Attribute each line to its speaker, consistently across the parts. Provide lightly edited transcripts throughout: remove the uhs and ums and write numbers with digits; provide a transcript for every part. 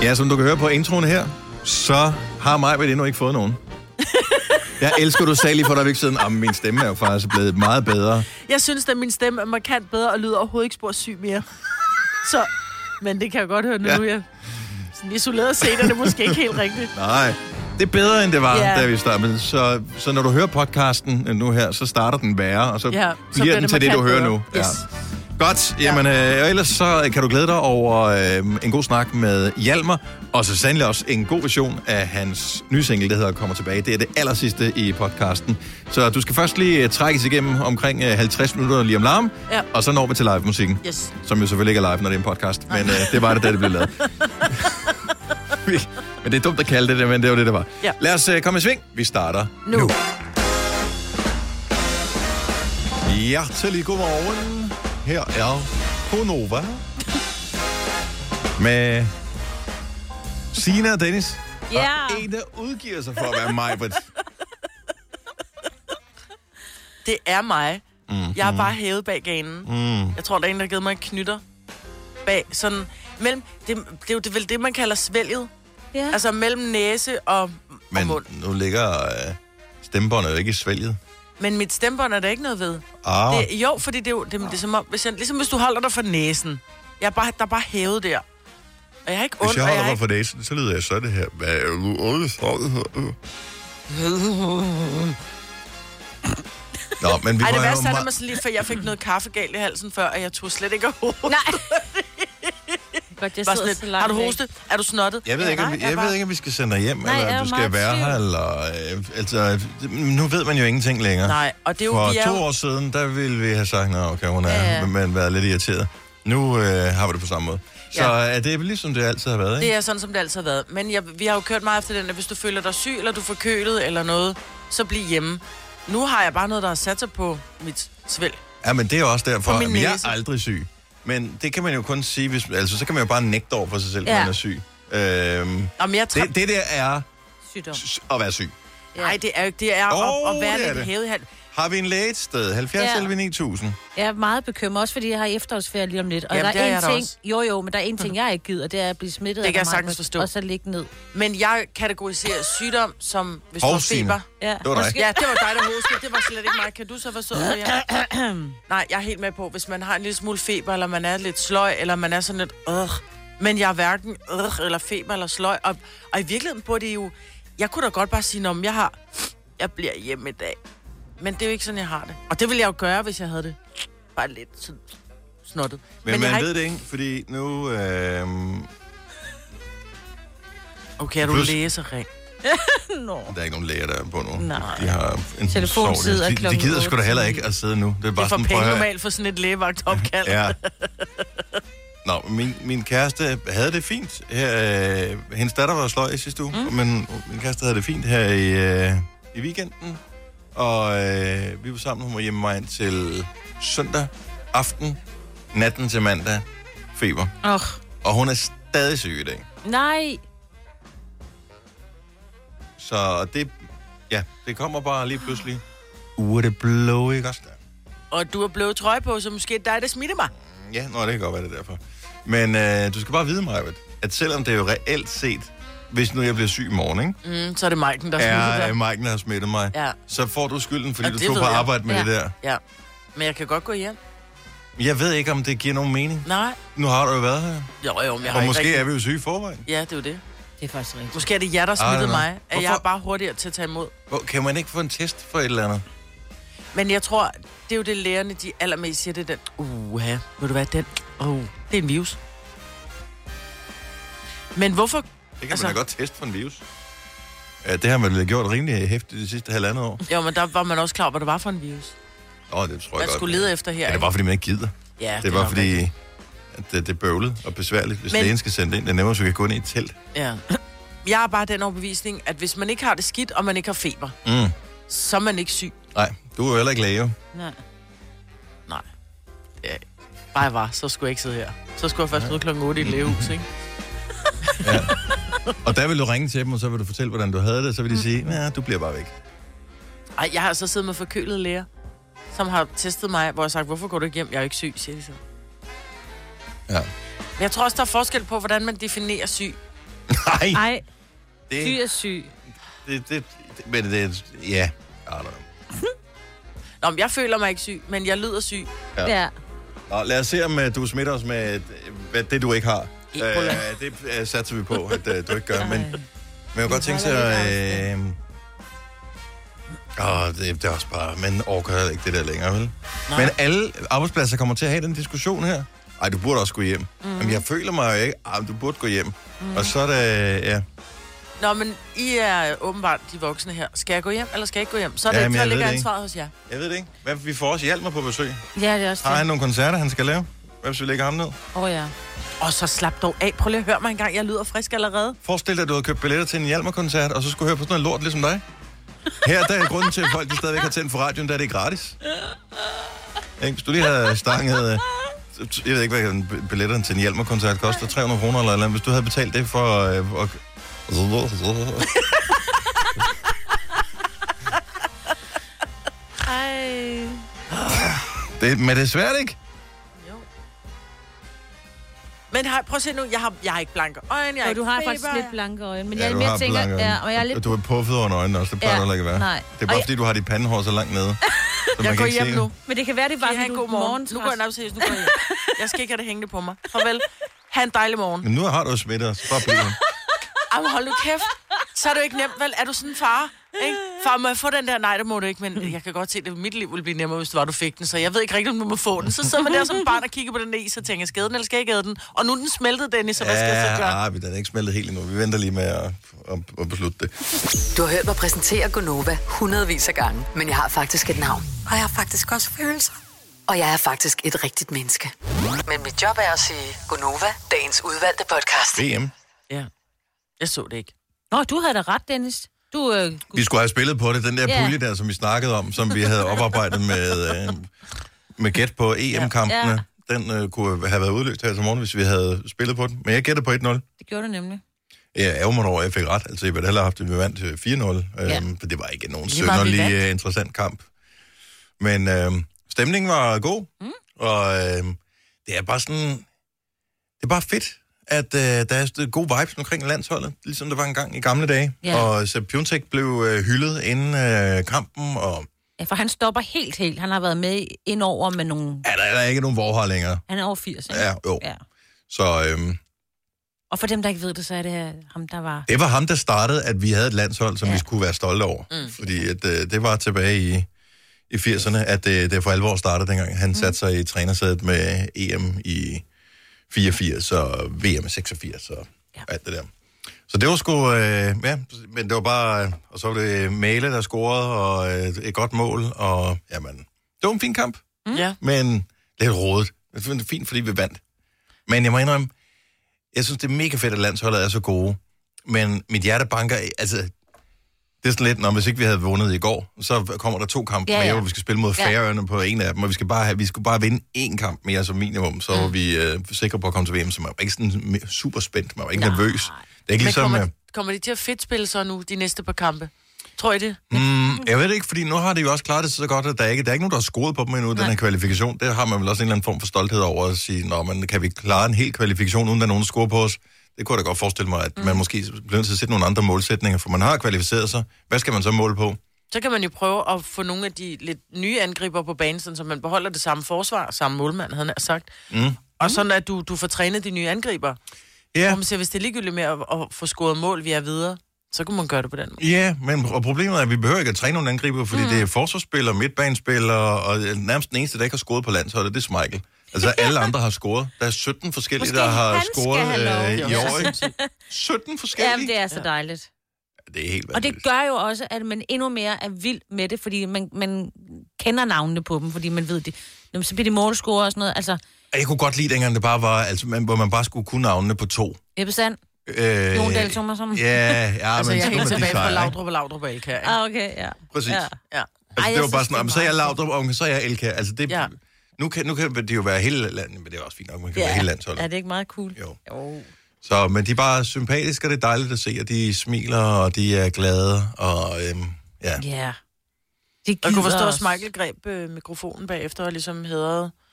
Speaker 1: Ja, som du kan høre på introen her, så har Maj-Brit endnu ikke fået nogen. Jeg elsker, du sagde lige for dig ikke siden, min stemme er jo faktisk blevet meget bedre.
Speaker 2: Jeg synes, at min stemme er markant bedre og lyder overhovedet ikke spor syg mere. Så, men det kan jeg godt høre nu. Ja. Sådan isoleret set er det måske ikke helt rigtigt.
Speaker 1: Nej, det er bedre, end det var, da vi startede. Så når du hører podcasten nu her, så starter den værre, og så bliver den til det, du hører nu.
Speaker 2: Yes.
Speaker 1: Ja. Godt, jamen, og ellers så kan du glæde dig over en god snak med Hjalmar, og så sandelig også en god version af hans nye single, der hedder Kommer Tilbage. Det er det allersidste i podcasten. Så du skal først lige trækkes igennem omkring 50 minutter lige om larm, og så når vi til live-musikken, som jo selvfølgelig ikke er live, når det er en podcast, men det var det, da det blev lavet. Men det er dumt at kalde det, men det var det var. Ja. Lad os komme i sving. Vi starter nu. Hjertelig godmorgen. Her er Gonova med Sina og Dennis. Og en, der udgiver sig for at være Maj-Brit.
Speaker 2: Det er mig. Jeg har bare hævet bag ganen. Jeg tror, der er en, der har givet mig en knytter bag sådan mellem. Det er jo vel det, man kalder svælget. Ja. Altså mellem næse og mund.
Speaker 1: Men nu ligger stemmebåndet jo ikke i svælget.
Speaker 2: Men mit stemmebånd er der ikke noget ved. Jo, fordi det er som om, ligesom hvis du holder dig for næsen. Der er bare hævet der. Og jeg har ikke ondt.
Speaker 1: Hvis jeg holder mig for næsen, så lyder jeg så det her. Hvad er du ondt? Nå, men vi
Speaker 2: det værste er, at lige, for jeg fik noget kaffe galt i halsen før, og jeg tog slet ikke at hoste.
Speaker 3: Nej. Godt, jeg sidder så langt.
Speaker 2: Har du hostet? Er du snottet?
Speaker 1: Jeg ved ikke, om vi skal sende dig hjem, eller du skal være her, eller... nu ved man jo ingenting længere.
Speaker 2: Nej, og det er jo...
Speaker 1: For 2 år siden, der ville vi have sagt, okay, hun er men været lidt irriteret. Nu har vi det på samme måde. Så er det ligesom det altid har været, ikke?
Speaker 2: Det er sådan, som det altid har været. Men vi har jo kørt meget efter den, at hvis du føler dig syg, eller du er forkølet, eller noget, så bliv hjemme. Nu har jeg bare noget, der har sat sig på mit svælg.
Speaker 1: Ja, men det er også derfor, at jeg er aldrig syg. Men det kan man jo kun sige, hvis, altså så kan man jo bare nægte over for sig selv, når man er syg. Det der er
Speaker 3: sygdom.
Speaker 1: At være syg.
Speaker 2: Nej, det er jo ikke. Det er at være lidt hævet.
Speaker 1: Har vi en læge et sted? 70 9000.
Speaker 3: Jeg er meget bekymret, også fordi jeg har efterårsferie lige om lidt. Og
Speaker 2: jamen,
Speaker 3: der er en ting, men der er en ting, jeg ikke gider, det er at blive smittet.
Speaker 2: Det kan jeg sagtens forstå.
Speaker 3: Og så ligge ned.
Speaker 2: Men jeg kategoriserer sygdom som, hvis du har feber.
Speaker 1: Ja. Det var dig.
Speaker 2: Ja, det var dig, der hostede. Det var slet ikke mig. Kan du så forstå det? Nej, jeg er helt med på, hvis man har en lille smule feber, eller man er lidt sløj, eller man er sådan lidt men jeg er hverken eller feber eller sløj. Og i virkeligheden burde det jo... Jeg kunne da godt bare sige, om jeg bliver hjemme i dag. Men det er jo ikke sådan, jeg har det. Og det ville jeg jo gøre, hvis jeg havde det bare lidt sådan snottet.
Speaker 1: Men man ved det ikke, fordi nu...
Speaker 2: Okay, er du læsering?
Speaker 1: Der er ikke nogen læger, der er på nu.
Speaker 3: Nej.
Speaker 1: De har en
Speaker 3: telefonsid af
Speaker 1: klokken 8. De gider sgu da heller ikke at sidde nu.
Speaker 2: Det er bare for penge normalt for sådan et lægevagtopkald.
Speaker 1: Ja. Nå, min kæreste havde det fint. Hendes datter var sløj i sidste uge, men min kæreste havde det fint her i weekenden. Og vi var sammen, hun var hjemme mig ind til søndag aften, natten til mandag, feber. Og hun er stadig syg i dag.
Speaker 3: Nej.
Speaker 1: Så det kommer bare lige pludselig. Det blå, ikke også der?
Speaker 2: Og du har blå trøje på, så måske dig, der smitter mig.
Speaker 1: Ja, det kan godt være det derfor. Men du skal bare vide, Maj-Brit, at selvom det er jo reelt set, hvis nu jeg bliver syg i morgen, ikke?
Speaker 2: Så er det Maiken, der smitter dig.
Speaker 1: Ja, Maiken, der har smittet mig. Ja. Så får du skylden, fordi du tog på arbejde med det der.
Speaker 2: Ja, men jeg kan godt gå hjem.
Speaker 1: Jeg ved ikke, om det giver nogen mening.
Speaker 2: Nej.
Speaker 1: Nu har du jo været her.
Speaker 2: Jo, men jeg har
Speaker 1: og måske
Speaker 2: rigtig...
Speaker 1: er vi jo syge i forvejen.
Speaker 2: Ja, det er jo det.
Speaker 3: Det er faktisk rigtigt.
Speaker 2: Måske er det jer, der smittede mig, at jeg er bare hurtigere til at tage imod.
Speaker 1: Kan man ikke få en test for et eller andet?
Speaker 2: Men jeg tror, det er jo det lærerne, de allermest siger, det den. Ved du hvad, den? Det er en virus. Men hvorfor?
Speaker 1: Det kan man da godt teste for en virus. Ja, det har man gjort rimelig hæftigt de sidste 1,5 år.
Speaker 2: Jo, men der var man også klar, hvad det var for en virus.
Speaker 1: Det tror jeg godt.
Speaker 2: Man skulle lede efter her.
Speaker 1: Ja, det var, fordi man ikke gider.
Speaker 2: Ja,
Speaker 1: det var, fordi at det er bøvlet og besværligt, hvis lægen skal sende det ind. Det er nemmere, så vi kan gå ind i et telt. Ja.
Speaker 2: Jeg har bare den overbevisning, at hvis man ikke har det skidt, og man ikke har feber, så er man ikke syg.
Speaker 1: Nej, du er jo heller ikke læge.
Speaker 2: Nej. Ja, bare jeg var, så skulle jeg ikke sidde her. Så skulle jeg først møde klokken 8 i et lægehus, ikke?
Speaker 1: Ja. Og der vil du ringe til dem, og så vil du fortælle, hvordan du havde det, så vil de sige, du bliver bare væk.
Speaker 2: Ej, jeg har så siddet med forkølede læger, som har testet mig, hvor jeg har sagt, hvorfor går du ikke hjem? Jeg er jo ikke syg, siger de så.
Speaker 1: Ja.
Speaker 2: Men jeg tror også, der er forskel på, hvordan man definerer syg.
Speaker 1: Nej,
Speaker 3: Ej,
Speaker 1: det,
Speaker 3: syg er syg.
Speaker 1: men det, ja, I don't know.
Speaker 2: Nå, men jeg føler mig ikke syg, men jeg lyder syg.
Speaker 3: Ja.
Speaker 1: Nå, lad os se, om du smitter os med det, du ikke har.
Speaker 2: Ebola.
Speaker 1: Det satser vi på, at du ikke gør. Men jeg kan godt tænke sig... det er også bare... Man overgår ikke det der længere, vel? Nej. Men alle arbejdspladser kommer til at have den diskussion her. Ej, du burde også gå hjem. Jamen, jeg føler mig jo ikke... du burde gå hjem. Og så er det... Ja.
Speaker 2: Nå, men I er åbenbart de voksne her. Skal jeg gå hjem, eller skal jeg ikke gå hjem? Så er det
Speaker 1: Jamen,
Speaker 2: ikke,
Speaker 1: jeg
Speaker 2: der
Speaker 1: ved
Speaker 2: ligger
Speaker 1: det
Speaker 2: ansvaret hos jer.
Speaker 1: Jeg ved det ikke. Hvad vi får også Hjalmar på besøg?
Speaker 3: Ja, det er også
Speaker 1: Har
Speaker 3: det.
Speaker 1: han nogle koncerter, han skal lave? Hvad hvis vi lægger ham ned?
Speaker 3: Ja.
Speaker 2: Og så slap dog af. Prøv lige at høre mig engang. Jeg lyder frisk allerede.
Speaker 1: Forestil dig, at du havde købt billetter til en Hjalmar-koncert, og så skulle høre på sådan noget lort ligesom dig. Her der er grunden til, at folk de stadigvæk har tændt for radioen, der er det gratis. Ikke? Hvis du lige havde stanget... Jeg ved ikke, hvad billetterne til en Hjalmar-koncert koster. 300 kroner eller noget. Hvis du havde betalt det for...
Speaker 3: Ej.
Speaker 1: Men det er svært, ikke?
Speaker 2: Jo. Men prøv at se nu. Jeg har ikke blanke øjne. Jeg har
Speaker 3: Du har
Speaker 2: feber.
Speaker 3: faktisk lidt blanke øjne. Men
Speaker 1: Ja,
Speaker 3: jeg
Speaker 1: du
Speaker 3: mere
Speaker 1: har
Speaker 3: tænker...
Speaker 1: blanke øjne.
Speaker 3: Ja, og jeg er lidt...
Speaker 1: Du er puffet over øjnene også. Det plejer du ikke at være.
Speaker 3: Nej.
Speaker 1: Det er bare fordi, du har dit pandehår så langt nede.
Speaker 2: Jeg går hjem nu.
Speaker 3: Men det kan være, det er bare,
Speaker 2: Skal I have
Speaker 3: fordi
Speaker 2: en
Speaker 3: du
Speaker 2: god morgen? Nu går jeg nærmest seriøst. Nu går jeg hjem. Jeg skal ikke have det hængende på mig. Farvel. Ha' en dejlig morgen.
Speaker 1: Men nu har du jo smittet os. Bare bliv.
Speaker 2: Jamen, hold nu kæft. Så er det jo ikke nemt, vel? Er du sådan en far? Ikke? Far, må jeg få den der? Nej, det må du ikke, men jeg kan godt se, at mit liv ville blive nemmere, hvis du fik den, så jeg ved ikke rigtig, om du må få den. Så sidder man der som barn og kigger på den is og tænker, skal jeg den, eller skal jeg ikke æde den? Og nu er den smeltet, Dennis, så hvad skal jeg så gøre?
Speaker 1: Ja, den er ikke smeltet helt endnu. Vi venter lige med at beslutte det.
Speaker 4: Du har hørt mig præsentere Gonova hundredvis af gange, men jeg har faktisk et navn. Og jeg har faktisk også følelser. Og jeg er faktisk et rigtigt menneske. Men mit job er at sige Gonova, dagens udvalgte podcast.
Speaker 1: VM.
Speaker 2: Ja, jeg så det ikke.
Speaker 3: Nå, du havde da ret, Dennis.
Speaker 1: Vi skulle have spillet på det. Den der pulje der, som vi snakkede om, som vi havde oparbejdet med gæt på EM-kampene, den kunne have været udløst her til morgen, hvis vi havde spillet på den. Men jeg gættede på 1-0.
Speaker 3: Det gjorde du nemlig.
Speaker 1: Jeg ærger mig over, at jeg fik ret. Altså, jeg ville hellere have haft det, vi vandt 4-0. For det var ikke nogen synderlig interessant kamp. Men stemningen var god. Og det er bare sådan... Det er bare fedt, at der er gode vibes omkring landsholdet, ligesom der var en gang i gamle dage.
Speaker 3: Ja.
Speaker 1: Og Sepp Piontek blev hyldet inden kampen, og...
Speaker 3: Ja, for han stopper helt. Han har været med indover med nogle...
Speaker 1: Ja, der er ikke nogen vorhar længere.
Speaker 3: Han er over 80, ikke?
Speaker 1: Ja, jo.
Speaker 3: Ja.
Speaker 1: Så...
Speaker 3: Og for dem, der ikke ved det, så er det ham, der var...
Speaker 1: Det var ham, der startede, at vi havde et landshold, som vi skulle være stolte over. Fordi at, det var tilbage i 80'erne, at det for alvor startede dengang. Han satte sig i trænersædet med EM i 84 og VM i 86 og alt det der. Så det var sgu... men det var bare... Og så var det Mæle, der scorede, og et godt mål, og jamen... Det var en fin kamp.
Speaker 2: Ja.
Speaker 1: Men lidt rodet. Det var fint, fordi vi vandt. Men jeg må indrømme, jeg synes, det er mega fedt, at landsholdet er så gode. Men mit hjerte banker... Altså, det er sådan lidt, når hvis ikke vi havde vundet i går, så kommer der 2 kampe mere, hvor vi skal spille mod Færøerne på en af dem, og vi skulle bare vinde 1 kamp mere som minimum, så var vi sikre på at komme til VM, så man var ikke sådan super spændt, man var ikke nervøs. Det er ikke ligesom...
Speaker 2: Kommer de til at fedtspille så nu, de næste par kampe? Tror I det?
Speaker 1: Jeg ved det ikke, fordi nu har de jo også klaret det så godt, at der er ikke nogen, der har scoret på dem endnu, den her kvalifikation. Det har man vel også en eller anden form for stolthed over at sige, kan vi klare en hel kvalifikation, uden der er nogen, der scorer på os? Det kunne jeg da godt forestille mig, at man måske bliver nødt til at sætte nogle andre målsætninger, for man har kvalificeret sig. Hvad skal man så måle på?
Speaker 2: Så kan man jo prøve at få nogle af de lidt nye angriber på banen, så man beholder det samme forsvar, samme målmand, havde han sagt. Og sådan, at du får trænet de nye angriber.
Speaker 1: Ja.
Speaker 2: Og man siger, hvis det er ligegyldigt med at få scoret mål, vi er videre, så kan man gøre det på den måde.
Speaker 1: Ja, men problemet er, at vi behøver ikke at træne nogle angriber, fordi det er forsvarsspillere, midtbanespillere, og nærmest den eneste, der ikke har scoret på landsholdet, det er Schmeichel. Altså, alle andre har scoret. Der er 17 forskellige,
Speaker 3: Måske
Speaker 1: der har
Speaker 3: scoret
Speaker 1: i år. Ikke? 17 forskellige?
Speaker 3: Jamen, det er så dejligt.
Speaker 1: Det er helt
Speaker 3: Og det gør jo også, at man endnu mere er vild med det, fordi man kender navnene på dem, fordi man ved det. Så bliver de målscorer og sådan noget. Altså,
Speaker 1: jeg kunne godt lide, dengang det bare var, hvor man bare skulle kunne navnene på 2.
Speaker 3: Ebbe Sand, Jon Dahl Thomasson.
Speaker 1: Ja,
Speaker 2: altså,
Speaker 1: men
Speaker 2: jeg er helt tilbage fra
Speaker 1: Laudrup.
Speaker 2: Laudrup og Elkær.
Speaker 3: Okay, ja.
Speaker 1: Præcis.
Speaker 3: Ja.
Speaker 1: Altså, det var bare sådan, så er jeg Laudrup, og så er jeg Elkær. Altså, det... Ja. Nu kan det jo være hele landet, men det er også fint nok, man kan være hele landsholdet.
Speaker 3: Er det ikke meget cool?
Speaker 1: Jo. Så, men de er bare sympatiske, og det er dejligt at se, at de smiler, og de er glade, og ja.
Speaker 3: Ja.
Speaker 2: Jeg kunne forstå, at Schmeichel greb mikrofonen bagefter, og ligesom hedrede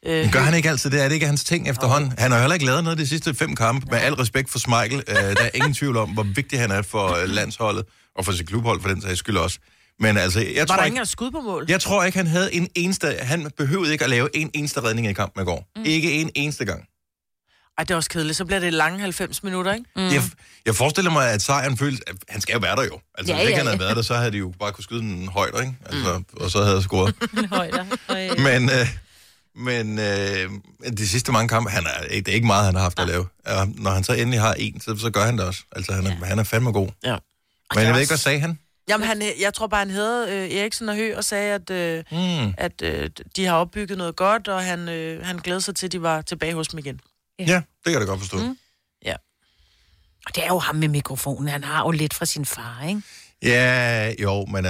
Speaker 1: Gør han ikke altid det? Er det ikke hans ting efterhånden? Han har heller ikke lavet noget de sidste 5 kampe. Med al respekt for Schmeichel. Der er ingen tvivl om, hvor vigtig han er for landsholdet, og for sit klubhold for den sags skyld også. Men altså, jeg tror ikke,
Speaker 2: skud på mål?
Speaker 1: Jeg tror ikke, han havde en eneste... Han behøvede ikke at lave en eneste redning i kampen i går. Ikke en eneste gang.
Speaker 2: Ej, det er også kedeligt. Så bliver det lange 90 minutter, ikke?
Speaker 1: Jeg forestiller mig, at sejren føles... Han skal jo være der jo. Altså, hvis ikke han havde været der, så havde de jo bare kunne skyde den højder, ikke? Altså, og så havde jeg scoret.
Speaker 3: Højder.
Speaker 1: Men de sidste mange kampe, det er ikke meget, han har haft at lave. Når han så endelig har en, så gør han det også. Altså, han er fandme god.
Speaker 2: Ja.
Speaker 1: Men jeg ved ikke, hvad sagde han?
Speaker 2: Jamen, jeg tror bare, han havde Eriksen og Høgh og sagde, at de har opbygget noget godt, og han glæder sig til, at de var tilbage hos dem igen.
Speaker 1: Ja, det kan jeg godt forstå.
Speaker 2: Ja.
Speaker 3: Og det er jo ham med mikrofonen. Han har jo lidt fra sin far, ikke?
Speaker 1: Ja, jo, men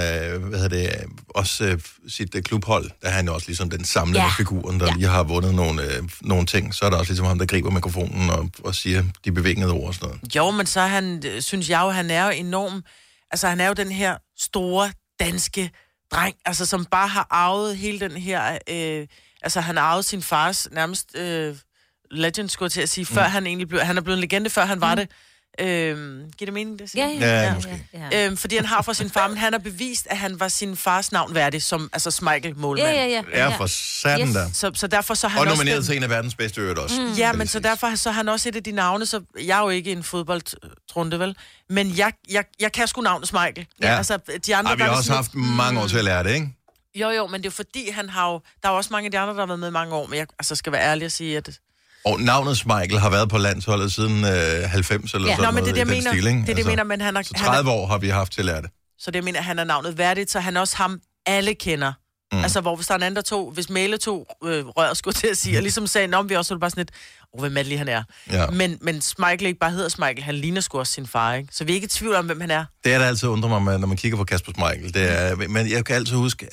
Speaker 1: også sit klubhold, der er han jo også ligesom den samlede figuren, der lige har vundet nogle ting. Så er der også ligesom ham, der griber mikrofonen og siger de bevægede ord og sådan noget. Jo,
Speaker 2: men så synes jeg jo, han er jo enorm... Altså, han er jo den her store danske dreng, altså, som bare har arvet hele den her... altså, han har arvet sin fars nærmest legend, skulle jeg til at sige, før han egentlig blev... Han er blevet en legende, før han var det. Giver det mening, det siger?
Speaker 1: Ja, måske.
Speaker 2: Fordi han har fra sin far, men han har bevist, at han var sin fars navn værdig, som altså Schmeichel målmand.
Speaker 1: Ja, for satan der.
Speaker 2: Så derfor så han
Speaker 1: og nomineret til en af verdens bedste øvrigt også.
Speaker 2: Ja, men så derfor så han også et af de navne, så jeg er jo ikke en fodboldtrunde, vel? Men jeg kan sgu navnet Schmeichel.
Speaker 1: Ja.
Speaker 2: Altså, de andre,
Speaker 1: vi har også haft mange år til at lære det, ikke?
Speaker 2: Jo, men det er fordi, han har jo... Der er jo også mange af de andre, der har været med i mange år, men jeg skal være ærlig og sige, at...
Speaker 1: Og navnet Schmeichel har været på landsholdet siden 90 eller sådan noget.
Speaker 2: Men det er det, jeg mener. Det er det, mener, men han har...
Speaker 1: Så 30 år har vi haft til at lære det.
Speaker 2: Så det mener, han er navnet værdigt, så han også ham alle kender. Altså, hvor hvis der er en anden, der tog... Hvis Mæle tog rør, skulle til at sige, og ligesom sagde, om vi også, så er det bare sådan lidt... hvem er det lige, han er? Ja. Men Schmeichel ikke bare hedder Schmeichel, han ligner sgu også sin far, ikke? Så vi er ikke i tvivl om, hvem han er. Det
Speaker 1: er der altid undrer mig, når man kigger på Kasper Schmeichel. Det er, men jeg kan altid huske,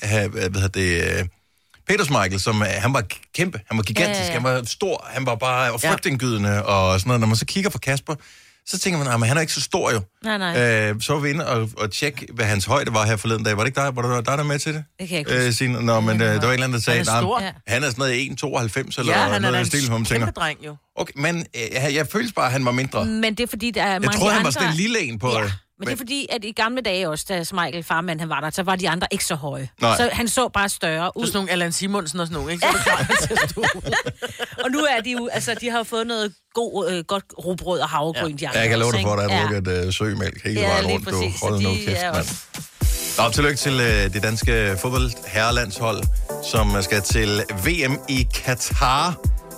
Speaker 1: Peter Schmeichel, som han var kæmpe, han var gigantisk, han var stor, han var bare frygtindgydende og sådan noget. Når man så kigger på Kasper, så tænker man, men han er ikke så stor jo.
Speaker 3: Nej.
Speaker 1: Så var vi inde og tjekke, hvad hans højde var her forleden dag. Var det ikke dig? Var der der med til det?
Speaker 3: Det kan jeg ikke
Speaker 1: sige. Nå, men der var en eller anden, der sagde, han er sådan noget 1,92 eller
Speaker 2: han
Speaker 1: noget
Speaker 2: er
Speaker 1: stil,
Speaker 2: en kæmpe dreng jo.
Speaker 1: Okay, men jeg følte bare, at han var mindre.
Speaker 3: Men det er fordi, der er mange
Speaker 1: jeg troede, han var sådan en lille en på...
Speaker 3: Ja. Men det er fordi, at i gamle dage også, da Schmeichel, farmand, han var der, så var de andre ikke så høje.
Speaker 1: Nej.
Speaker 3: Så han så bare større ud.
Speaker 2: Så sådan nogle Allan Simonsen og sådan nogle, ikke? Så
Speaker 3: og nu er de jo, altså, de har jo fået noget godt rugbrød og havregryn.
Speaker 1: Ja. Jeg kan love dig for, at der er drukket søgemælk hele vejen rundt. Du holder nu kæft, mand. Tillykke til det danske fodboldherrelandshold, som skal til VM i Katar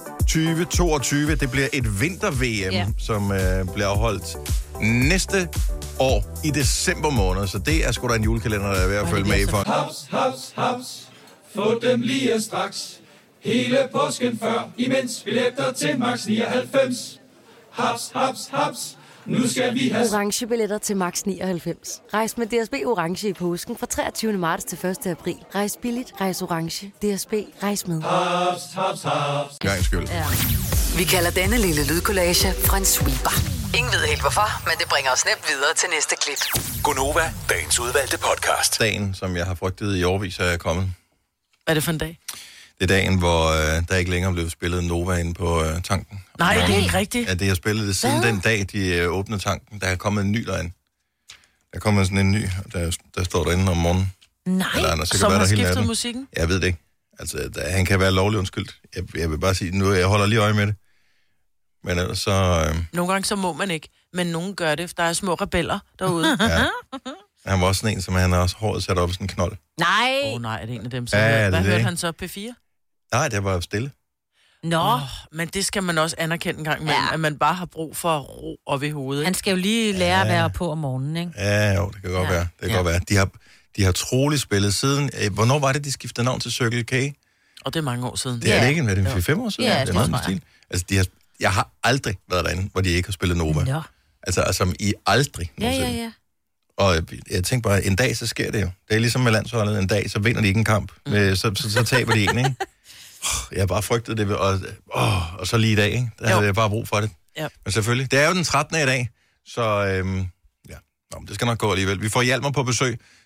Speaker 1: 2022. Det bliver et vinter-VM, som bliver afholdt næste år i december måned, så det er sgu da en julekalender, der er ved at følge med i for.
Speaker 5: Haps, haps, haps. Få dem lige straks. Hele påsken før, imens billetter til max 99. Haps, haps, haps. Nu skal vi have
Speaker 6: orange billetter til max 99. Rejs med DSB Orange i påsken fra 23. marts til 1. april. Rejs billigt, rejs orange. DSB, rejs med.
Speaker 5: Haps, haps, haps.
Speaker 1: Gang skyld.
Speaker 4: Ja. Vi kalder denne lille lydkollage en sweeper. Ingen ved helt hvorfor, men det bringer os nemt videre til næste klip.
Speaker 7: Gonova, dagens udvalgte podcast.
Speaker 1: Dagen, som jeg har frygtet i årevis, er kommet.
Speaker 2: Hvad er det for en dag?
Speaker 1: Det er dagen, hvor der ikke længere blev spillet Nova inde på tanken.
Speaker 2: Nej, det er ikke rigtigt.
Speaker 1: Ja, det har spillet det siden den dag, de åbnede tanken. Der er kommet en ny derinde. Der er kommet sådan en ny, der står derinde om morgenen.
Speaker 3: Nej,
Speaker 2: som har skiftet musikken?
Speaker 1: Jeg ved det ikke. Altså, han kan være lovlig undskyldt. Jeg vil bare sige, nu jeg holder lige øje med det. Men ellers så...
Speaker 2: Nogle gange så må man ikke, men nogen gør det, for der er små rebeller derude.
Speaker 1: Ja. Han var også sådan en, som han har også hårdt sat op i sådan en knold.
Speaker 3: Nej!
Speaker 2: Nej, er det en af dem, så hvad hørte han så? P4?
Speaker 1: Nej, det var stille.
Speaker 3: Nå.
Speaker 2: Men det skal man også anerkende en gang imellem, at man bare har brug for ro op i hovedet.
Speaker 3: Han skal jo lige lære at være på om morgenen, ikke?
Speaker 1: Ja, jo, det kan godt være. Det kan godt være. De har troligt spillet siden... Hvornår var det, de skiftede navn til Circle K?
Speaker 2: Og det er mange år siden.
Speaker 1: Det er det ikke, hvad det er 5 år siden?
Speaker 3: Ja,
Speaker 1: det er meget stil. Altså, jeg har aldrig været derinde, hvor de ikke har spillet Nova.
Speaker 3: Nå.
Speaker 1: Altså, som I aldrig nogensinde.
Speaker 3: Ja.
Speaker 1: Og jeg tænkte bare, en dag, så sker det jo. Det er ligesom med landsholdet. En dag, så vinder de ikke en kamp. Så taber de en, ikke? Jeg har bare frygtet det. Og så lige i dag, ikke? Der havde jeg bare brug for det.
Speaker 2: Ja.
Speaker 1: Men selvfølgelig. Det er jo den 13. i dag. Så det skal nok gå alligevel. Vi får Hjalmar på besøg.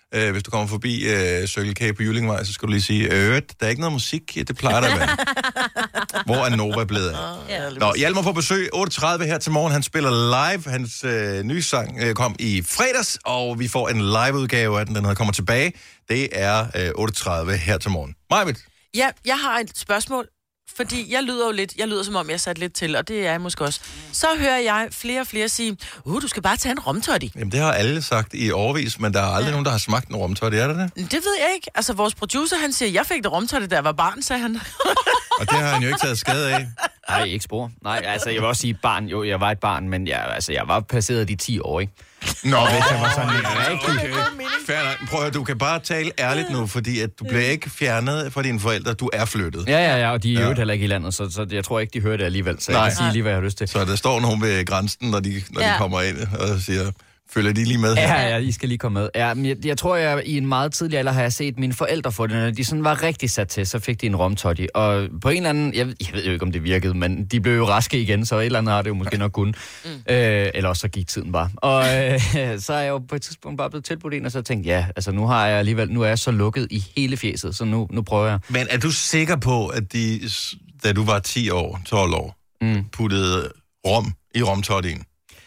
Speaker 1: Hvis du kommer forbi Circle K på Jyllingvej, så skal du lige sige, der er ikke noget musik, det plejer der at være. Hvor er Nova blevet af? Nå, Hjalmar på besøg, 8.30 her til morgen. Han spiller live. Hans nye sang kom i fredags, og vi får en liveudgave af den. Den hedder Kommer tilbage. Det er 8.30 her til morgen. Majbet?
Speaker 2: Ja, jeg har et spørgsmål. Fordi jeg lyder som om, jeg satte lidt til, og det er jeg måske også. Så hører jeg flere og flere sige, du skal bare tage en romtotti.
Speaker 1: Jamen, det har alle sagt i årevis, men der er aldrig nogen, der har smagt en romtotti, er det?
Speaker 2: Det ved jeg ikke. Altså, vores producer, han siger, jeg fik det romtotti, da jeg var barn, sagde han.
Speaker 1: Og det har han jo ikke taget skade af.
Speaker 8: Nej, ikke spor. Nej, altså, jeg vil også sige barn. Jo, jeg var et barn, men jeg var passeret de 10 år, ikke?
Speaker 1: Nå,
Speaker 8: hvis jeg var sådan lidt
Speaker 1: okay. Fair nok. Prøv at høre, du kan bare tale ærligt nu, fordi at du bliver ikke fjernet fra dine forældre. Du er flyttet.
Speaker 8: Ja, og de er jo heller ikke i landet, så jeg tror ikke, de hører det alligevel. Så jeg kan sige lige, hvad jeg har lyst til.
Speaker 1: Så der står nogen ved grænsen, når de kommer ind og siger... Følger de lige med her?
Speaker 8: Ja, I skal lige komme med. Ja, men jeg tror, jeg i en meget tidlig alder har jeg set mine forældre få det. Når de sådan var rigtig sat til, så fik de en romtotti. Og på en eller anden... Jeg ved jo ikke, om det virkede, men de blev jo raske igen, så et eller andet har det jo måske nok kun. Eller også så gik tiden bare. Og så er jeg jo på et tidspunkt bare blevet tilbudt en, og så tænkte ja, altså nu har jeg alligevel... Nu er jeg så lukket i hele fjeset, så nu prøver jeg.
Speaker 1: Men er du sikker på, at de, da du var 10 år, 12 år, puttede rom i romtottien?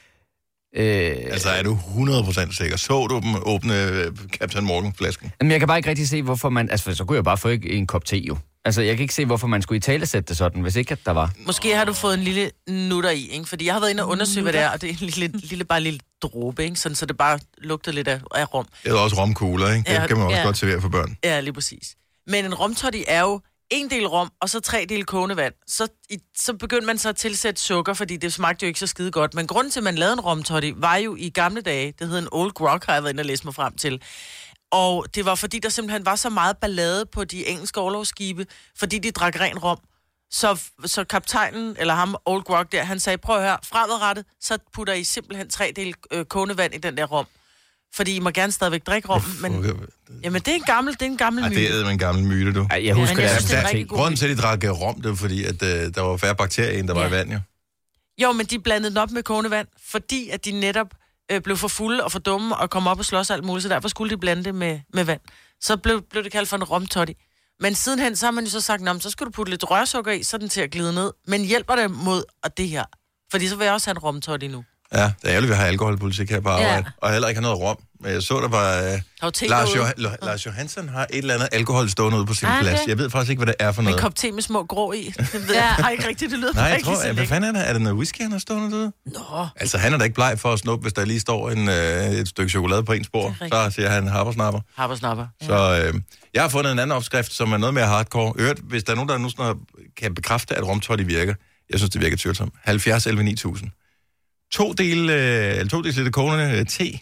Speaker 1: Altså, er du 100% sikker? Så du dem åbne Captain Morgan-flasken?
Speaker 8: Jamen, jeg kan bare ikke rigtig se, hvorfor man... Altså, så kunne jeg bare få en kop te, jo. Altså, jeg kan ikke se, hvorfor man skulle italesætte det sådan, hvis ikke, at der var...
Speaker 2: Måske har du fået en lille nutter i, ikke? Fordi jeg har været inde og undersøge, hvad det er, og det er en lille dråbe, ikke? Sådan, så det bare lugter lidt af rom.
Speaker 1: Det er også romkugler, ikke? Det kan man også godt servere for børn.
Speaker 2: Ja, lige præcis. Men en romtotti er jo en del rom, og så 3 dele kogende vand. Så begyndte man så at tilsætte sukker, fordi det smagte jo ikke så skide godt. Men grunden til, at man lavede en romtotti, var jo i gamle dage, det hed en Old Grog, har jeg været inde og læse mig frem til. Og det var fordi, der simpelthen var så meget ballade på de engelske orlogsskibe, fordi de drak ren rom. Så kaptajnen, eller ham, Old Grog der, han sagde, prøv at høre, fremadrettet, så putter I simpelthen 3 dele kogende vand i den der rom. Fordi I må gerne stadigvæk drikke rom, men... Jamen, det er en gammel myte.
Speaker 1: Det er en gammel myte, du.
Speaker 8: Ej, jeg husker
Speaker 2: det.
Speaker 1: Grunden til, at de drak rom, det var fordi, at der var færre bakterier, end der var i vand, jo. Jo,
Speaker 2: men de blandede den op med kogende vand, fordi at de netop blev for fulde og for dumme og kom op og slås alt muligt, så derfor skulle de blande det med vand. Så blev det kaldt for en romtotti. Men sidenhen, så har man jo så sagt, så skal du putte lidt rørsukker i, så den til at glide ned. Men hjælper det mod det her? Fordi så vil jeg også have en romtotti nu.
Speaker 1: Ja, det er ærgerligt, vi har alkoholpolitik her på arbejde, og heller ikke har noget rom. Men jeg så, der var... Lars Johansson har et eller andet alkohol stående ude på sin plads. Jeg ved faktisk ikke, hvad det er for noget.
Speaker 2: En kop te med små grå i. Det ved jeg ikke rigtigt, det lyder
Speaker 1: nej, jeg tror, hvad fanden er det? Er det noget whisky, han har stående derude?
Speaker 2: Nå.
Speaker 1: Altså, han er da ikke bleg for at snuppe, hvis der lige står et stykke chokolade på en spor. Så siger han habersnapper.
Speaker 2: Habersnapper.
Speaker 1: Så jeg har fundet en anden opskrift, som er noget mere hardcore. Hvis der er nogen, der nu kan bekræfte, at romtotti virker. Jeg synes, det virker tvivlsomt. 70 11 9000. 2 deciliter kogende te.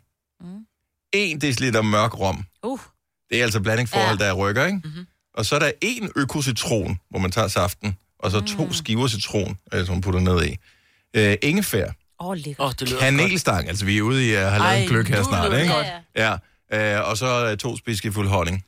Speaker 1: 1 deciliter mørk rom. Det er altså blandingsforhold, der rykker, ikke? Mm-hmm. Og så er der 1 økocitron, hvor man tager saften, og så 2 skiver citron, som man putter ned i. Ingefær. Kanelstang, altså vi er ude i at have lavet en gløk her snart, ikke? Ja. Og så 2 spiseskefulde honning.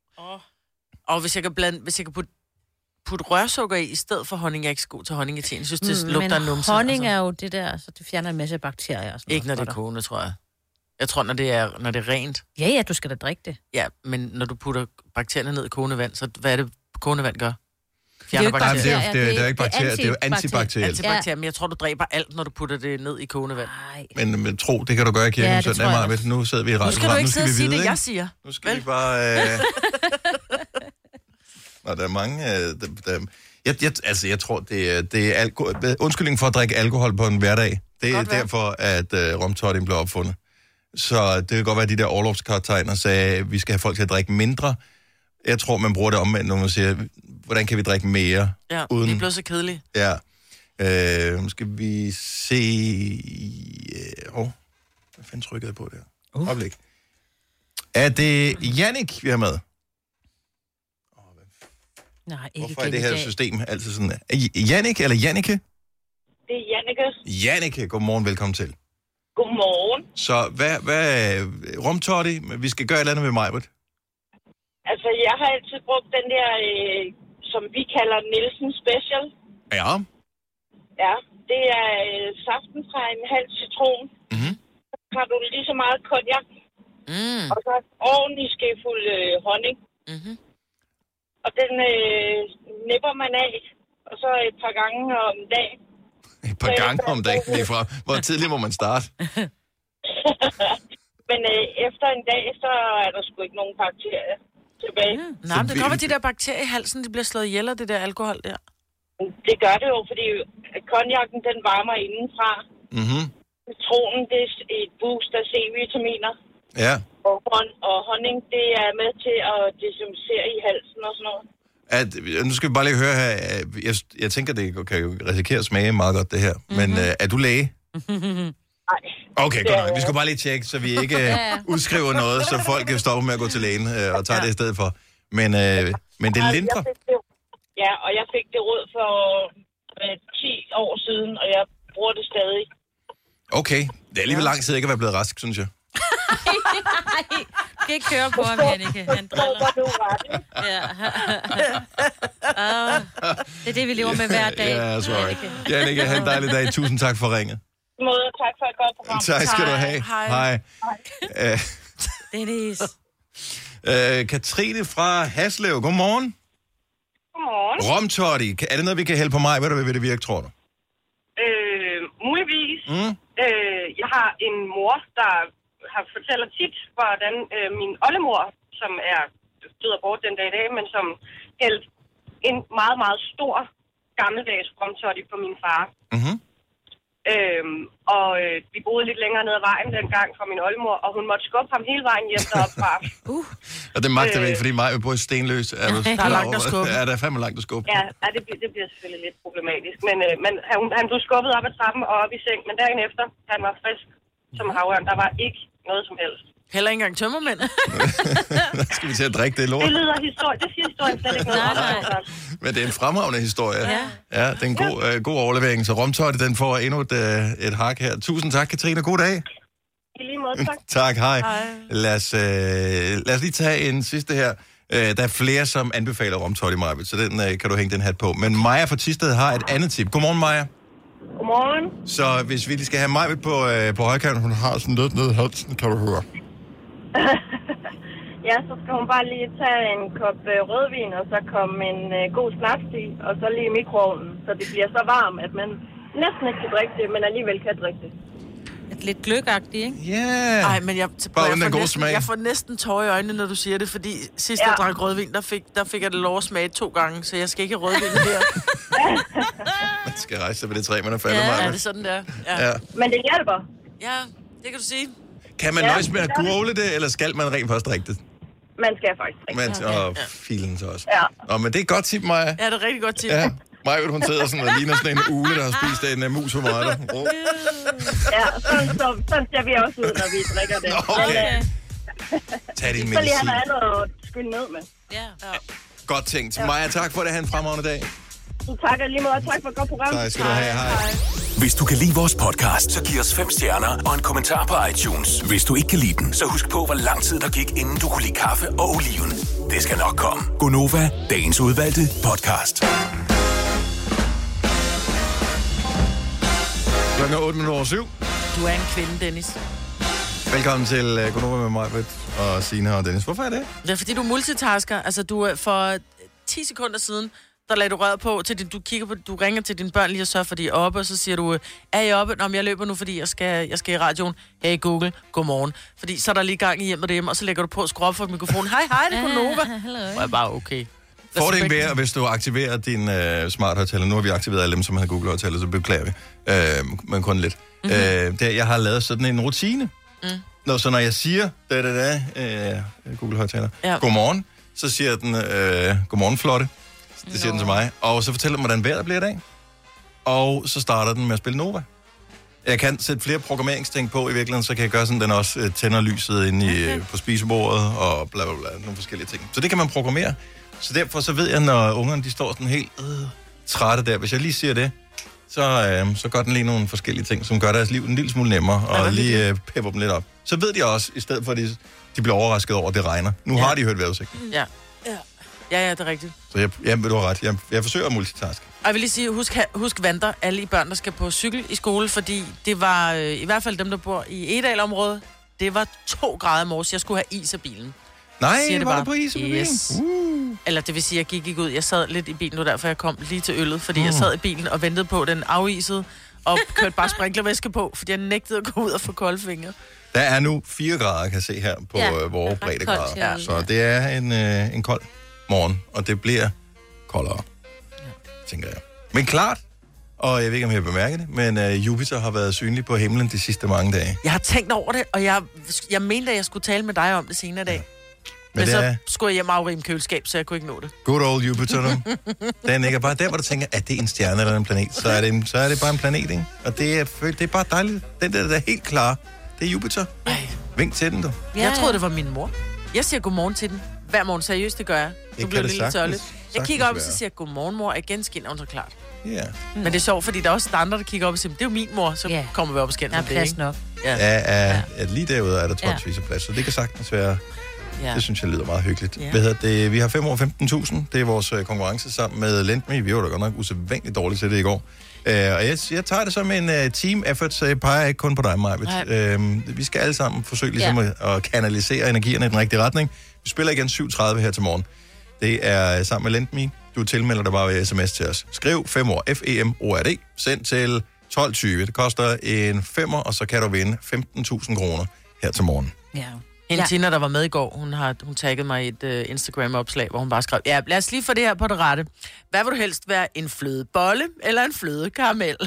Speaker 2: Og hvis jeg kan putte rørsukker i stedet for honning, jeg er ikke så god til honning i teen. Jeg synes, det lugter numse.
Speaker 3: Men honning er jo det der, så det fjerner en masse bakterier og sådan
Speaker 2: ikke når det er kogende, tror jeg. Jeg tror, når det er rent.
Speaker 3: Ja, du skal da drikke det.
Speaker 2: Ja, men når du putter bakterierne ned i kogende vand, så hvad er det, kogende vand gør?
Speaker 1: Det er ikke bakterier, det er jo antibakterielt.
Speaker 2: Men jeg tror, du dræber alt, når du putter det ned i kogende vand.
Speaker 1: Men tro, det kan du gøre i kirken søndag. Nu sidder vi i radio.
Speaker 2: Nu skal du ikke sidde og sige det, jeg siger.
Speaker 1: Nu skal vi bare... Og der er mange... Jeg tror, det er undskyldning for at drikke alkohol på en hverdag. Det er derfor, at romtottien blev opfundet. Så det kan godt være, at de der orlovskaptajner sagde, at vi skal have folk til at drikke mindre. Jeg tror, man bruger det omvendt, når man siger, hvordan kan vi drikke mere?
Speaker 2: Ja,
Speaker 1: uden...
Speaker 2: det bliver så kedeligt.
Speaker 1: Ja. Nu skal vi se... hvad fanden trykkede jeg på der? Oplæg. Er det Jannik, vi har med?
Speaker 3: Nej, ikke.
Speaker 1: Hvorfor er det her system altid sådan? Jannik eller Jannike?
Speaker 9: Det er Jannike.
Speaker 1: Jannike, godmorgen, velkommen til.
Speaker 9: Godmorgen.
Speaker 1: Så hvad romtotti? Vi skal gøre et eller andet med Majbert.
Speaker 9: Altså, jeg har altid brugt den der, som vi kalder Nielsen Special.
Speaker 1: Ja.
Speaker 9: Ja, det er saften fra en halv citron.
Speaker 1: Mm-hmm.
Speaker 9: Så har du lige så meget cognac Og så ordentlig skefuld honning.
Speaker 2: Mm-hmm.
Speaker 9: Og den nipper man af, og så et par gange om dagen.
Speaker 1: Et par gange om dagen lige fra. Hvor tidligt må man starte?
Speaker 9: Men efter en dag, så er der sgu ikke nogen bakterier tilbage.
Speaker 2: Nej, men det kommer de der bakterier i halsen, de bliver slået ihjel af det der alkohol der.
Speaker 9: Det gør det jo, fordi konjakken, den varmer indenfra.
Speaker 1: Mhm.
Speaker 9: Citronen, det er et boost af C-vitaminer.
Speaker 1: Ja.
Speaker 9: Og honning, det er med til at desinficere i halsen og sådan noget.
Speaker 1: Nu skal vi bare lige høre her. Jeg tænker, det kan jo risikere at smage meget godt, det her. Men er du læge?
Speaker 9: Nej.
Speaker 1: Okay, godt nok. Vi skal bare lige tjekke, så vi ikke udskriver noget, så folk kan stoppe med at gå til lægen og tage det i stedet for. Men det lindrer.
Speaker 9: Ja, og jeg fik det råd for 10 år siden, og jeg bruger det stadig.
Speaker 1: Okay. Det er alligevel lang tid ikke at være blevet rask, synes jeg.
Speaker 3: Du kan ikke køre på ham, Jannicke. Han driller. Ja. Det er det, vi lever med hver dag.
Speaker 1: Ja, sorry. Jannicke, have en dejlig dag. Tusind tak for ringet.
Speaker 9: Tak for et godt program.
Speaker 1: Tak skal du have. Hej.
Speaker 3: Dennis.
Speaker 1: Katrine fra Haslev, godmorgen.
Speaker 9: Godmorgen.
Speaker 1: Romtotti, er det noget, vi kan hjælpe på mig? Hvad vil det virke, tror du?
Speaker 9: Muligvis. Jeg har en mor, der fortæller tit, hvordan min oldemor, som er død bort den dag i dag, men som hældte en meget, meget stor gammeldags romtotti på min far.
Speaker 1: Mm-hmm.
Speaker 9: Vi boede lidt længere ned ad vejen dengang fra min oldemor, og hun måtte skubbe ham hele vejen hjem deropfra.
Speaker 1: Og det magter vi ikke, fordi mig bor i Stenløs. Er du
Speaker 2: der er langt at skubbe.
Speaker 1: Ja, der er fandme langt at skubbe.
Speaker 9: Ja, det bliver selvfølgelig lidt problematisk. Men han blev skubbet op ad trappen og op i seng, men dagen efter, han var frisk som havørn. Der var ikke noget som helst.
Speaker 2: Heller ikke engang tømmermænd.
Speaker 1: Skal vi til at drikke det lort?
Speaker 9: Det lyder historie. Det siger historien slet ikke noget om.
Speaker 1: Men det er en fremragende historie. Ja, det er en god overlevering. Så Romtotti, den får endnu et hak her. Tusind tak, Katrine. God dag.
Speaker 9: I lige måde, tak.
Speaker 1: Tak, hej. Lad os lige tage en sidste her. Der er flere, som anbefaler Romtotti, Maja, så den kan du hænge den hat på. Men Maja fra Thisted har et andet tip. Godmorgen, Maja.
Speaker 9: Godmorgen.
Speaker 1: Så hvis vi skal have Maja på højkanten, hun har sådan lidt nede i halsen, kan du høre.
Speaker 9: Ja, så skal hun bare lige tage en kop rødvin, og så komme en god snaps i, og så lige i mikroovnen, så det bliver så varmt, at man næsten ikke kan drikke det, men alligevel kan drikke det.
Speaker 3: Lidt gløgagtigt, ikke?
Speaker 1: Ja.
Speaker 2: Ej, men jeg får næsten tårer i øjnene, når du siger det, fordi sidst jeg drak rødvin, der fik jeg det lov at smage 2 gange, så jeg skal ikke have rødvin her.
Speaker 1: Man skal rejse sig ved det træ, man er faldet med.
Speaker 2: Ja, det er sådan der. Ja.
Speaker 9: Men det hjælper.
Speaker 2: Ja, det kan du sige.
Speaker 1: Kan man nøjes med at gurgle det, eller skal man rent faktisk drikke det?
Speaker 9: Man skal faktisk drikke det.
Speaker 1: Filen så også.
Speaker 9: Ja.
Speaker 1: Men det er et godt tip, Maja.
Speaker 2: Ja, det er et rigtig godt tip.
Speaker 1: Ja. Maja, hun sidder sådan og ligner sådan en ule, der har spist en mus for meget.
Speaker 9: Ja, sådan ser vi også ud, når vi drikker det.
Speaker 1: Okay. Tag din medicin.
Speaker 9: Så lige han har noget at skylde ned med.
Speaker 3: Ja.
Speaker 1: Godt tænkt. Maja, tak for det. Ha' en fremragende dag.
Speaker 9: Tak lige måde, tak for et godt program.
Speaker 1: Tak skal du have. Hej.
Speaker 7: Hvis du kan lide vores podcast, så giv os 5 stjerner og en kommentar på iTunes. Hvis du ikke kan lide den, så husk på, hvor lang tid der gik, inden du kunne lide kaffe og oliven. Det skal nok komme. Gonova, dagens udvalgte podcast.
Speaker 1: Klokken er 8:07.
Speaker 2: Du er en kvinde, Dennis.
Speaker 1: Velkommen til Gonova med mig, og Signe og Dennis. Hvorfor er det?
Speaker 2: Det er fordi, du multitasker. Altså, du for 10 sekunder siden, der lagde du røret på, til du kigger på, du ringer til dine børn lige og sørger for, de er oppe, og så siger du, er I oppe? Nå, men jeg løber nu, fordi jeg skal i radioen. Hey Google, godmorgen. Fordi så er der lige gang i hjemme derhjemme, og så lægger du på og skruer op for mikrofonen. Hej, det er Gonova. Og jeg bare, okay.
Speaker 1: Fordelen ved, hvis du aktiverer din smart højtaler, nu har vi aktiveret alle dem, som har Google højtaler, så beklager vi, men kun lidt. Jeg har lavet sådan en rutine. Så når jeg siger, Google højtaler, godmorgen, så siger den, godmorgen flotte. Det siger den til mig. Og så fortæller den, hvordan vejret bliver i dag. Og så starter den med at spille Nova. Jeg kan sætte flere programmeringsting på i virkeligheden, så kan jeg gøre sådan, den også tænder lyset inde på spisebordet og bla bla bla, nogle forskellige ting. Så det kan man programmere. Så derfor så ved jeg, når ungerne de står sådan helt trætte der, hvis jeg lige siger det, så gør den lige nogle forskellige ting, som gør deres liv en lille smule nemmere, og lige pepper dem lidt op. Så ved de også, i stedet for at de bliver overrasket over, at det regner. Nu har de hørt vejrudsigten.
Speaker 2: Ja, det er rigtigt.
Speaker 1: Så du har ret. Jeg forsøger at multitaske.
Speaker 2: Og jeg vil lige sige, husk vandre alle I børn, der skal på cykel i skole, fordi det var i hvert fald dem, der bor i Edal-området, Det var 2 grader i morges. Jeg skulle have is af bilen.
Speaker 1: Nej, var det på is af bilen?
Speaker 2: Eller det vil sige, jeg gik ikke ud. Jeg sad lidt i bilen, og derfor jeg kom lige til øllet. Fordi jeg sad i bilen og ventede på den afisede, og kørte bare sprinklervæske på, fordi jeg nægtede at gå ud og få kolde fingre.
Speaker 1: Der er nu 4 grader, kan jeg se her på vores breddegrader. Ja. Så det er en kold morgen, og det bliver koldere, tænker jeg. Men klart, og jeg ved ikke, om jeg har bemærket det, men Jupiter har været synlig på himlen de sidste mange dage.
Speaker 2: Jeg har tænkt over det, og jeg mente, at jeg skulle tale med dig om det senere i dag. Men så skulle jeg hjem og afrime køleskab, så jeg kunne ikke nå det.
Speaker 1: Good old Jupiter nu. Den ligger bare der, hvor du tænker, at det er en stjerne eller en planet. Så er det bare en planet, ikke? Og det er bare dejligt. Den der er helt klar. Det er Jupiter. Vink til den, du.
Speaker 2: Jeg troede, det var min mor. Jeg siger godmorgen til den. Hver morgen, seriøst, det gør jeg. Du bliver lidt tørligt. Jeg kigger op, og så siger jeg, godmorgen, mor. Igen skinner hun så klart.
Speaker 1: Ja.
Speaker 2: Men det er sjovt, fordi der er også andre, der kigger op og siger, det er jo min mor, så kommer vi op og skændes om det, ikke?
Speaker 3: Nok.
Speaker 1: Lige derude er der tonsvis af plads, så det kan sagtens være... Ja. Det synes jeg lyder meget hyggeligt.
Speaker 2: Ja.
Speaker 1: Hvad hedder det? Vi har 5 år 15.000. Det er vores konkurrence sammen med Lendme. Vi var da godt nok usædvanligt dårligt til det i går. Og jeg tager det som en team effort, så jeg peger ikke kun på dig, Majbet. Vi skal alle sammen forsøge ligesom at kanalisere energierne i den rigtige retning. Vi spiller igen 7.30 her til morgen. Det er sammen med Lendme. Du tilmelder dig bare ved sms til os. Skriv 5 år FEMORD. Send til 12.20. Det koster en 5'er, og så kan du vinde 15.000 kroner her til morgen.
Speaker 2: Ja. Tina, der var med i går, hun taggede mig i et Instagram-opslag, hvor hun bare skrev, ja, lad os lige få det her på det rette. Hvad vil du helst være, en flødebolle eller en flødekaramel?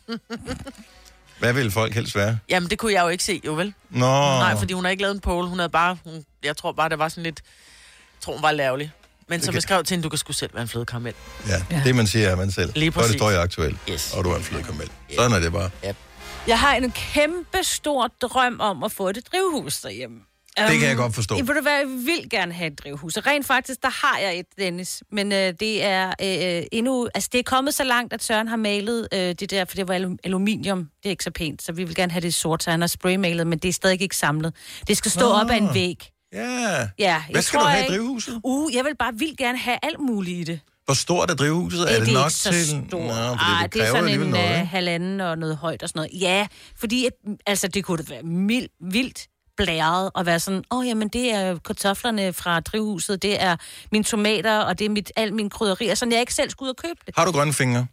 Speaker 1: Hvad vil folk helst være?
Speaker 2: Jamen, det kunne jeg jo ikke se, jo vel?
Speaker 1: Nå.
Speaker 2: Nej, fordi hun har ikke lavet en poll. Hun havde bare, jeg tror bare, det var sådan lidt, hun var lavlig. Men som jeg skrev til hende, du kan sgu selv være en flødekaramel.
Speaker 1: Ja, det man siger er man selv.
Speaker 2: Lige præcis.
Speaker 1: Så det står jeg aktuelt, og du er en flødekaramel. Sådan er det bare.
Speaker 2: Yep.
Speaker 3: Jeg har en kæmpe stor drøm om at få et drivhus derhjemme.
Speaker 1: Det kan jeg godt forstå.
Speaker 3: Jeg vil gerne have et drivhus. Og rent faktisk, der har jeg et, Dennis. Men det er endnu... Altså, det er kommet så langt, at Søren har malet det der, for det var aluminium. Det er ikke så pænt, så vi vil gerne have det sort, så han har spraymalet, men det er stadig ikke samlet. Det skal stå op ad en væg.
Speaker 1: Ja. Hvad skal du have i drivhuset?
Speaker 3: Jeg vil bare vildt gerne have alt muligt i det.
Speaker 1: Hvor stort er drivhuset? Er det nok til...
Speaker 3: Det er sådan en 1,5 og noget højt og sådan noget. Ja, fordi det kunne være vildt blæret og være sådan, jamen det er kartoflerne fra drivhuset, det er mine tomater, og det er al min krydderier, så jeg ikke selv skulle ud og købe det.
Speaker 1: Har du grønne fingre?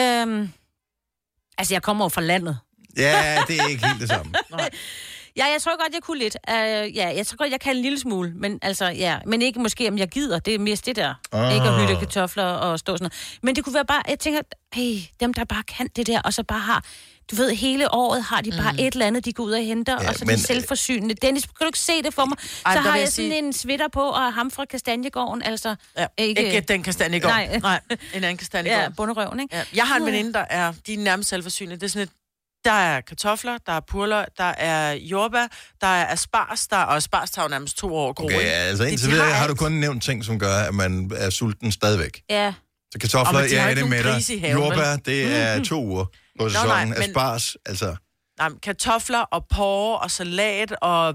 Speaker 3: Jeg kommer jo fra landet.
Speaker 1: Ja, det er ikke helt det samme.
Speaker 3: Ja, jeg tror godt, jeg kunne lidt. Jeg tror godt, jeg kan en lille smule, men ikke måske, om jeg gider. Det er mest det der. Ikke at hytte kartofler og stå sådan noget. Men det kunne være bare, jeg tænker, dem der bare kan det der, og så bare har, du ved, hele året har de bare et eller andet, de går ud og henter, og så er de selvforsynende. Dennis, kan du ikke se det for mig? Så har jeg sådan en sweater på, og ham fra Kastanjegården, altså...
Speaker 2: Ja, ikke den Kastanjegård. Nej, en anden Kastanjegård.
Speaker 3: Ja, bunderøven, ikke?
Speaker 2: Ja. Jeg har en veninde, de er nærmest selvforsynende. Det er sådan et, der er kartofler, der er purløg, der er jordbær, der er asparges, og asparges tager jo nærmest 2 år at gro.
Speaker 1: Okay, altså indtil videre har du kun nævnt ting, som gør, at man er sulten stadigvæk.
Speaker 3: Ja.
Speaker 1: Så kartofler, det med dig. Jordbær, det er 2 uger på sæsonen. Asparges, altså...
Speaker 2: Nej, kartofler og porre og salat og...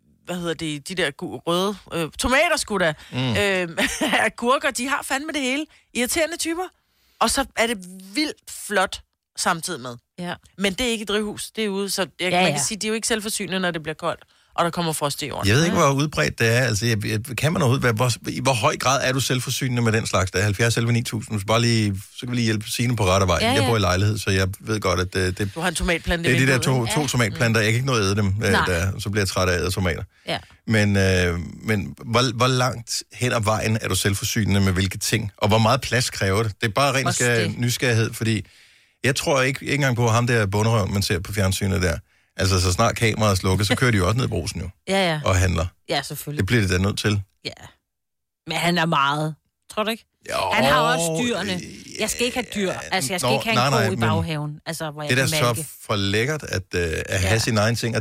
Speaker 2: de der røde... tomater, sgu da. Agurker, de har fandme det hele. Irriterende typer. Og så er det vildt flot samtidig med. Ja. Men det er ikke et drivhus, det er ude, så man kan sige, de er jo ikke selvforsynende, når det bliver koldt, og der kommer frost i jorden.
Speaker 1: Jeg ved ikke, hvor udbredt det er. Altså, kan man overhovedet, i hvor høj grad er du selvforsynende med den slags? Der er 70 11 9000, så kan vi lige hjælpe Signe på rette vej. Ja. Jeg bor i lejlighed, så jeg ved godt, at det...
Speaker 2: Du har en tomatplante.
Speaker 1: Det er de der to tomatplanter, jeg kan ikke nå at æde dem, så bliver jeg træt af at æde tomater. Ja. Men hvor langt hen ad vejen er du selvforsynende med hvilke ting? Og hvor meget plads kræver det? Det er bare ren nysgerrighed, fordi jeg tror ikke engang på ham der bunderøven, man ser på fjernsynet der. Altså, så snart kameraet er slukket, så kører de jo også ned i Brugsen jo.
Speaker 3: Ja.
Speaker 1: Og handler.
Speaker 3: Ja, selvfølgelig.
Speaker 1: Det bliver det da nødt til.
Speaker 3: Ja. Men han er meget. Tror du ikke? Jo, han har også dyrene. Jeg skal ikke have dyr. Altså, jeg skal ikke have en ko i baghaven. Altså, hvor jeg
Speaker 1: det er da så for lækkert at have sine egne ting.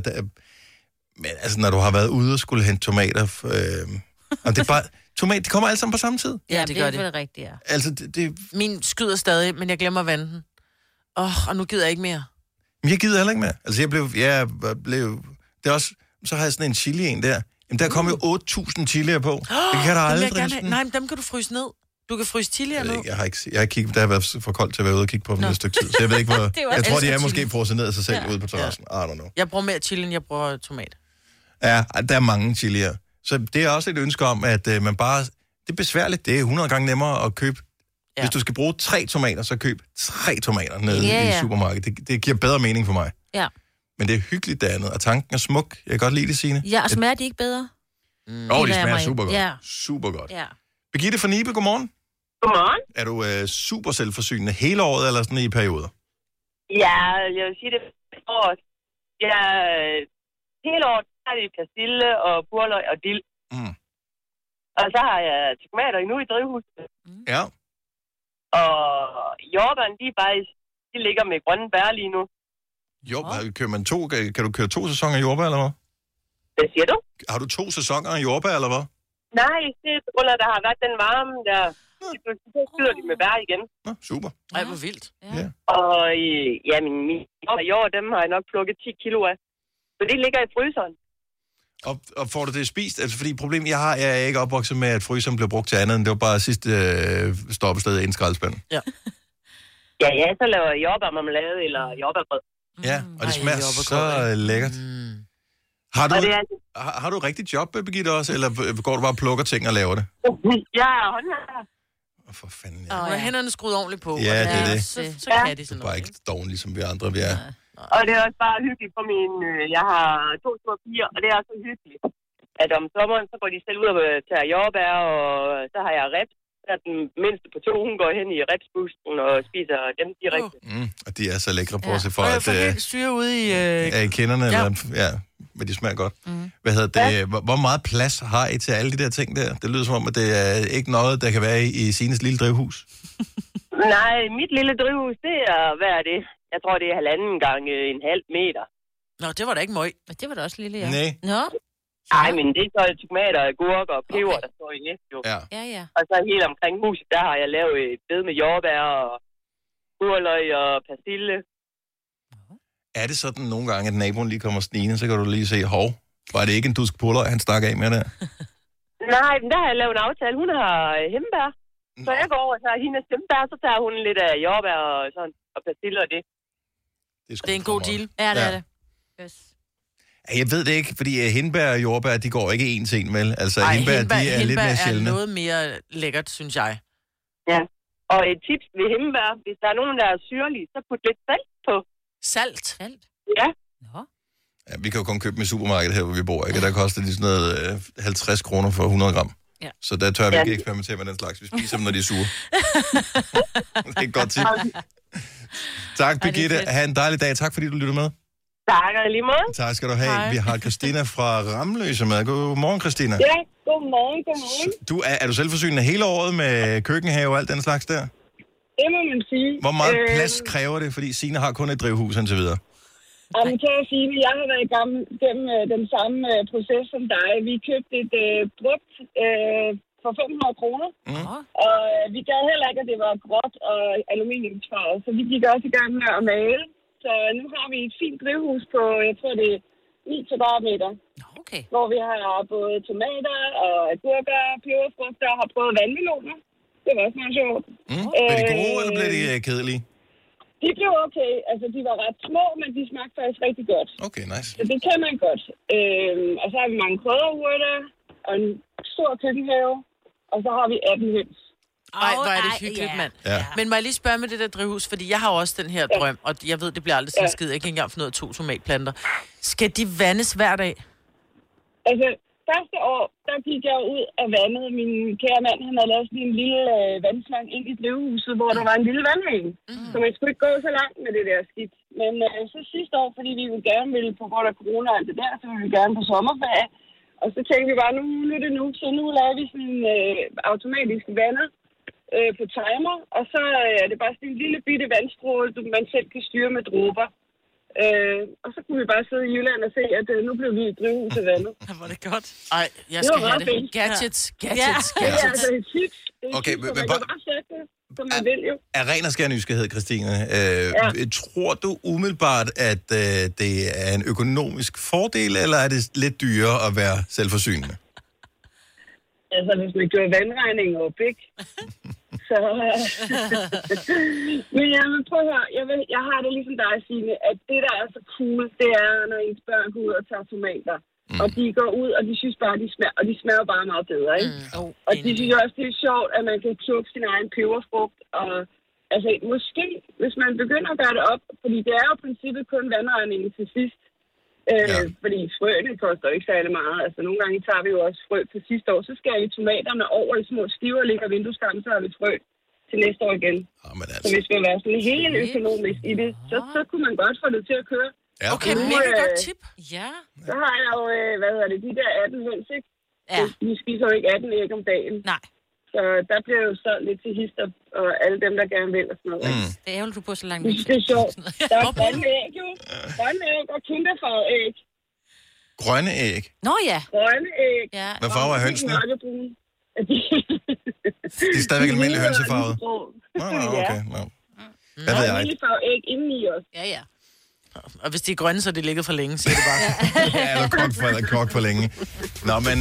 Speaker 1: Men altså, når du har været ude og skulle hente tomater... og det er bare... Tomat, de kommer alle sammen på samme tid.
Speaker 2: Ja, det gør
Speaker 3: det rigtigt, ja.
Speaker 1: Altså,
Speaker 2: Min skyder stadig, men jeg glemmer at vande den. Og nu gider jeg ikke mere.
Speaker 1: Men jeg gider heller ikke mere. Altså, jeg blev... Det er også... Så har jeg sådan en chili-en der. Jamen, der kommer jo 8.000 chilier på. Det kan der aldrig...
Speaker 2: Nej, men dem kan du fryse ned. Du kan fryse chilier ned.
Speaker 1: Jeg har ikke kigget... Det har været for koldt til at være ude og kigge på dem et stykke tid. Så jeg ved ikke, hvor... Jeg tror, de er måske frosset ned af sig selv ude på terrassen. I don't know.
Speaker 2: Jeg bruger mere chili, end jeg bruger tomat.
Speaker 1: Ja, der er mange chilier. Så det er også et ønske om, at man bare... Det er besværligt. Det er 100 gange nemmere at købe. Ja. Hvis du skal bruge 3 tomater, så køb 3 tomater nede i supermarkedet. Det giver bedre mening for mig.
Speaker 3: Ja.
Speaker 1: Men det er hyggeligt det andet, og tanken er smuk. Jeg kan godt lide det, Signe.
Speaker 3: Ja, og smager de ikke bedre?
Speaker 1: De smager super godt. Ja. Super godt.
Speaker 3: Ja.
Speaker 1: Birgitte fra Nibe, godmorgen.
Speaker 9: Godmorgen.
Speaker 1: Er du super selvforsynende hele året, eller sådan i perioder?
Speaker 9: Ja, jeg vil sige det for ja, hele året har det persille og purløg og dild.
Speaker 1: Mm.
Speaker 9: Og så har jeg tomater endnu i drivhuset.
Speaker 1: Ja.
Speaker 9: Og jordbærne, de ligger med grønne bær lige nu.
Speaker 1: Kan du køre 2 sæsoner jordbær, eller hvad?
Speaker 9: Hvad siger du?
Speaker 1: Har du 2 sæsoner jordbær, eller hvad?
Speaker 9: Nej, det er på grund af, der har været den varme der. Så fylder de med bær igen.
Speaker 1: Nå, super.
Speaker 2: Ej, hvor vildt.
Speaker 3: Ja.
Speaker 9: Og mine jord, dem har jeg nok plukket 10 kilo af. Så det ligger i fryseren.
Speaker 1: Og får du det spist? Altså, fordi problemet, jeg er ikke opvokset med, at fryseren blev brugt til andet, end det var bare sidste stoppested i en skraldespand.
Speaker 2: Ja.
Speaker 9: Ja, så laver jeg jordbærmarmelade eller jordbærbrød.
Speaker 1: Ja, og det smager så lækkert. Har du et rigtigt job, Birgitte, også? Eller går du bare og plukker ting og laver det?
Speaker 9: Jeg er håndværker.
Speaker 1: For fanden,
Speaker 2: ja. Og hænderne skruet ordentligt på.
Speaker 1: Ja, det er det.
Speaker 2: Så kan de sådan noget.
Speaker 1: Du er bare ikke doven, ligesom vi andre, vi er.
Speaker 9: Og det er også bare hyggeligt for jeg har 2 små piger, og det er også så hyggeligt, at om sommeren, så går de selv ud og tager jordbær, og så har jeg reps. Der er den mindste på 2, hun går hen i repsbusten og spiser dem direkte.
Speaker 1: Og de er så lækre på sig for,
Speaker 2: at... Og jeg får styre ude i...
Speaker 1: i kinderne, eller, men de smager godt. Hvad hedder det? Hvor meget plads har I til alle de der ting der? Det lyder som om, at det er ikke noget, der kan være i Signes lille drivhus.
Speaker 9: Nej, mit lille drivhus, det er, hvad er det? Jeg tror, det er 1,5 gange 1,5 meter.
Speaker 2: Nå, det var da ikke møg.
Speaker 3: Men det var da også lille, ja.
Speaker 1: Nej.
Speaker 3: Nå.
Speaker 9: Nej, men det er så tomater, agurker og peber, der står i næste jo.
Speaker 3: Ja.
Speaker 9: Og så helt omkring huset, der har jeg lavet et bed med jordbær og purløg og persille.
Speaker 1: Er det sådan nogle gange, at naboen lige kommer snigende, så kan du lige se, hov, var det ikke en dusk purløg, han stak af med der?
Speaker 9: Nej, men der har jeg lavet en aftale. Hun har hembær. Så jeg går over og tager hendes hembær, så tager hun lidt af jordbær og sådan, og persille og det.
Speaker 2: Det er en god deal.
Speaker 3: Ja, det er det. Yes.
Speaker 1: Jeg ved det ikke, fordi hindbær og jordbær, de går ikke en ting med. Altså, hindbær, de er lidt mere sjældne.
Speaker 2: Er noget mere lækkert, synes jeg.
Speaker 9: Ja, og et tips ved hindbær, hvis der er nogen, der er syrlige, så put lidt salt på.
Speaker 2: Salt?
Speaker 9: Ja.
Speaker 3: Nå.
Speaker 1: Ja, vi kan jo kun købe med supermarkedet her, hvor vi bor, ikke? Der koster de sådan noget 50 kroner for 100 gram. Ja. Så der tør vi ikke eksperimentere med den slags. Vi spiser dem, når de er sure. Det er et godt tip. Tak, Birgitte. Ha' en dejlig dag. Tak, fordi du lyttede med.
Speaker 9: Tak, og lige måde.
Speaker 1: Tak skal du have. Hej. Vi har Christina fra Ramløse med. Godmorgen, Christina.
Speaker 9: Ja, godmorgen.
Speaker 1: Er du selvforsynende hele året med køkkenhave og alt den slags der?
Speaker 9: Det må man sige.
Speaker 1: Hvor meget plads kræver det? Fordi Signe har kun et drivhus indtil videre.
Speaker 9: Jamen, kan jeg sige, at jeg har været gennem den samme proces som dig. Vi købte et brugt for 500 kroner. Og vi gad heller ikke, at det var gråt og aluminiumsfarvet. Så vi gik også i gang med at male. Så nu har vi et fint drivhus på, jeg tror det er 9 kvadratmeter.
Speaker 3: Okay.
Speaker 9: Hvor vi har både tomater og agurker, peberfrugter og har prøvet vandmeloner. Det var også meget sjovt.
Speaker 1: Blev de gode, eller blev de kedelige?
Speaker 9: De blev okay. Altså, de var ret små, men de smagte faktisk rigtig godt.
Speaker 1: Okay, nice.
Speaker 9: Så det kan man godt. Og så har vi mange krydderurter og en stor køkkenhave. Og så har vi 18 høns.
Speaker 2: Ej, hvor er det hyggeligt, mand. Ja. Men må jeg lige spørge med det der drivhus, fordi jeg har også den her drøm, og jeg ved, det bliver aldrig sådan skid. Jeg kan ikke engang få noget af 2 tomatplanter. Skal de vandes hver dag?
Speaker 9: Altså, første år, der gik jeg ud og vandede. Min kære mand, han havde lavet sådan en lille vandslang ind i drivhuset, hvor der var en lille vandhæng. Så man skulle ikke gå så langt med det der skidt. Men så sidste år, fordi vi jo gerne ville på grund af corona og alt det der, så ville vi gerne på sommerferie. Og så tænkte vi bare, nu er det nu. Så nu laver vi sådan en automatisk vandet på timer, og så er det bare sådan en lille bitte vandstråle, man selv kan styre med dråber. Og så kunne vi bare sidde i Jylland og se, at nu blev vi i drivhuset vandet.
Speaker 2: Var det godt? Ej, jeg skal have det. Gadgets.
Speaker 9: Ja, det er altså et tips.
Speaker 1: Okay,
Speaker 9: men man kan bare sætte det, som man vil jo.
Speaker 1: Er ren og skær nysgerrighed, Christine. Tror du umiddelbart, at det er en økonomisk fordel, eller er det lidt dyrere at være selvforsynende?
Speaker 9: Altså, hvis man gør vandregninger op, ikke? Så... Men prøv at høre, jeg har det ligesom dig, Signe, at det, der er så cool, det er, når ens børn går ud og tager tomater.
Speaker 10: Og de går ud, og de synes bare, de smager bare meget bedre, ikke? Og de synes også, det er sjovt, at man kan plukke sin egen peberfrugt. Og altså, måske, hvis man begynder at gøre det op, fordi det er jo i princippet kun vandregningen til sidst. Fordi frøene koster ikke særlig meget. Altså, nogle gange tager vi jo også frø til sidste år. Så skærer vi tomaterne over i små skiver og lægger vindueskarmen, så har vi frø til næste år igen. Altså. Så hvis man vil være sådan helt økonomisk i det, så kunne man godt få det til at køre.
Speaker 1: Ja.
Speaker 2: Okay, mega godt tip.
Speaker 3: Ja.
Speaker 10: Så har jeg jo, de der 18 høns, ikke?
Speaker 3: Ja.
Speaker 10: Vi spiser jo ikke 18 æg om dagen.
Speaker 3: Nej.
Speaker 10: Så der bliver jo så lidt til hister, og alle dem, der gerne vil og sådan noget.
Speaker 3: Det er jo, du bor så langt.
Speaker 10: Det er sjovt. Der er grønne æg jo. Grønne æg og kinderfarvede æg.
Speaker 1: Grønne æg?
Speaker 3: Nå ja.
Speaker 10: Grønne æg.
Speaker 3: Ja.
Speaker 1: Hvad farve er hønsene? De er stadigvæk almindelige hønsefarvet. Okay. Hvad ved jeg?
Speaker 10: Almindelig farve æg indeni også.
Speaker 3: Ja.
Speaker 2: Og hvis de er grønne, så er de ligget for længe, siger det bare.
Speaker 1: Eller kok for længe. Nå, men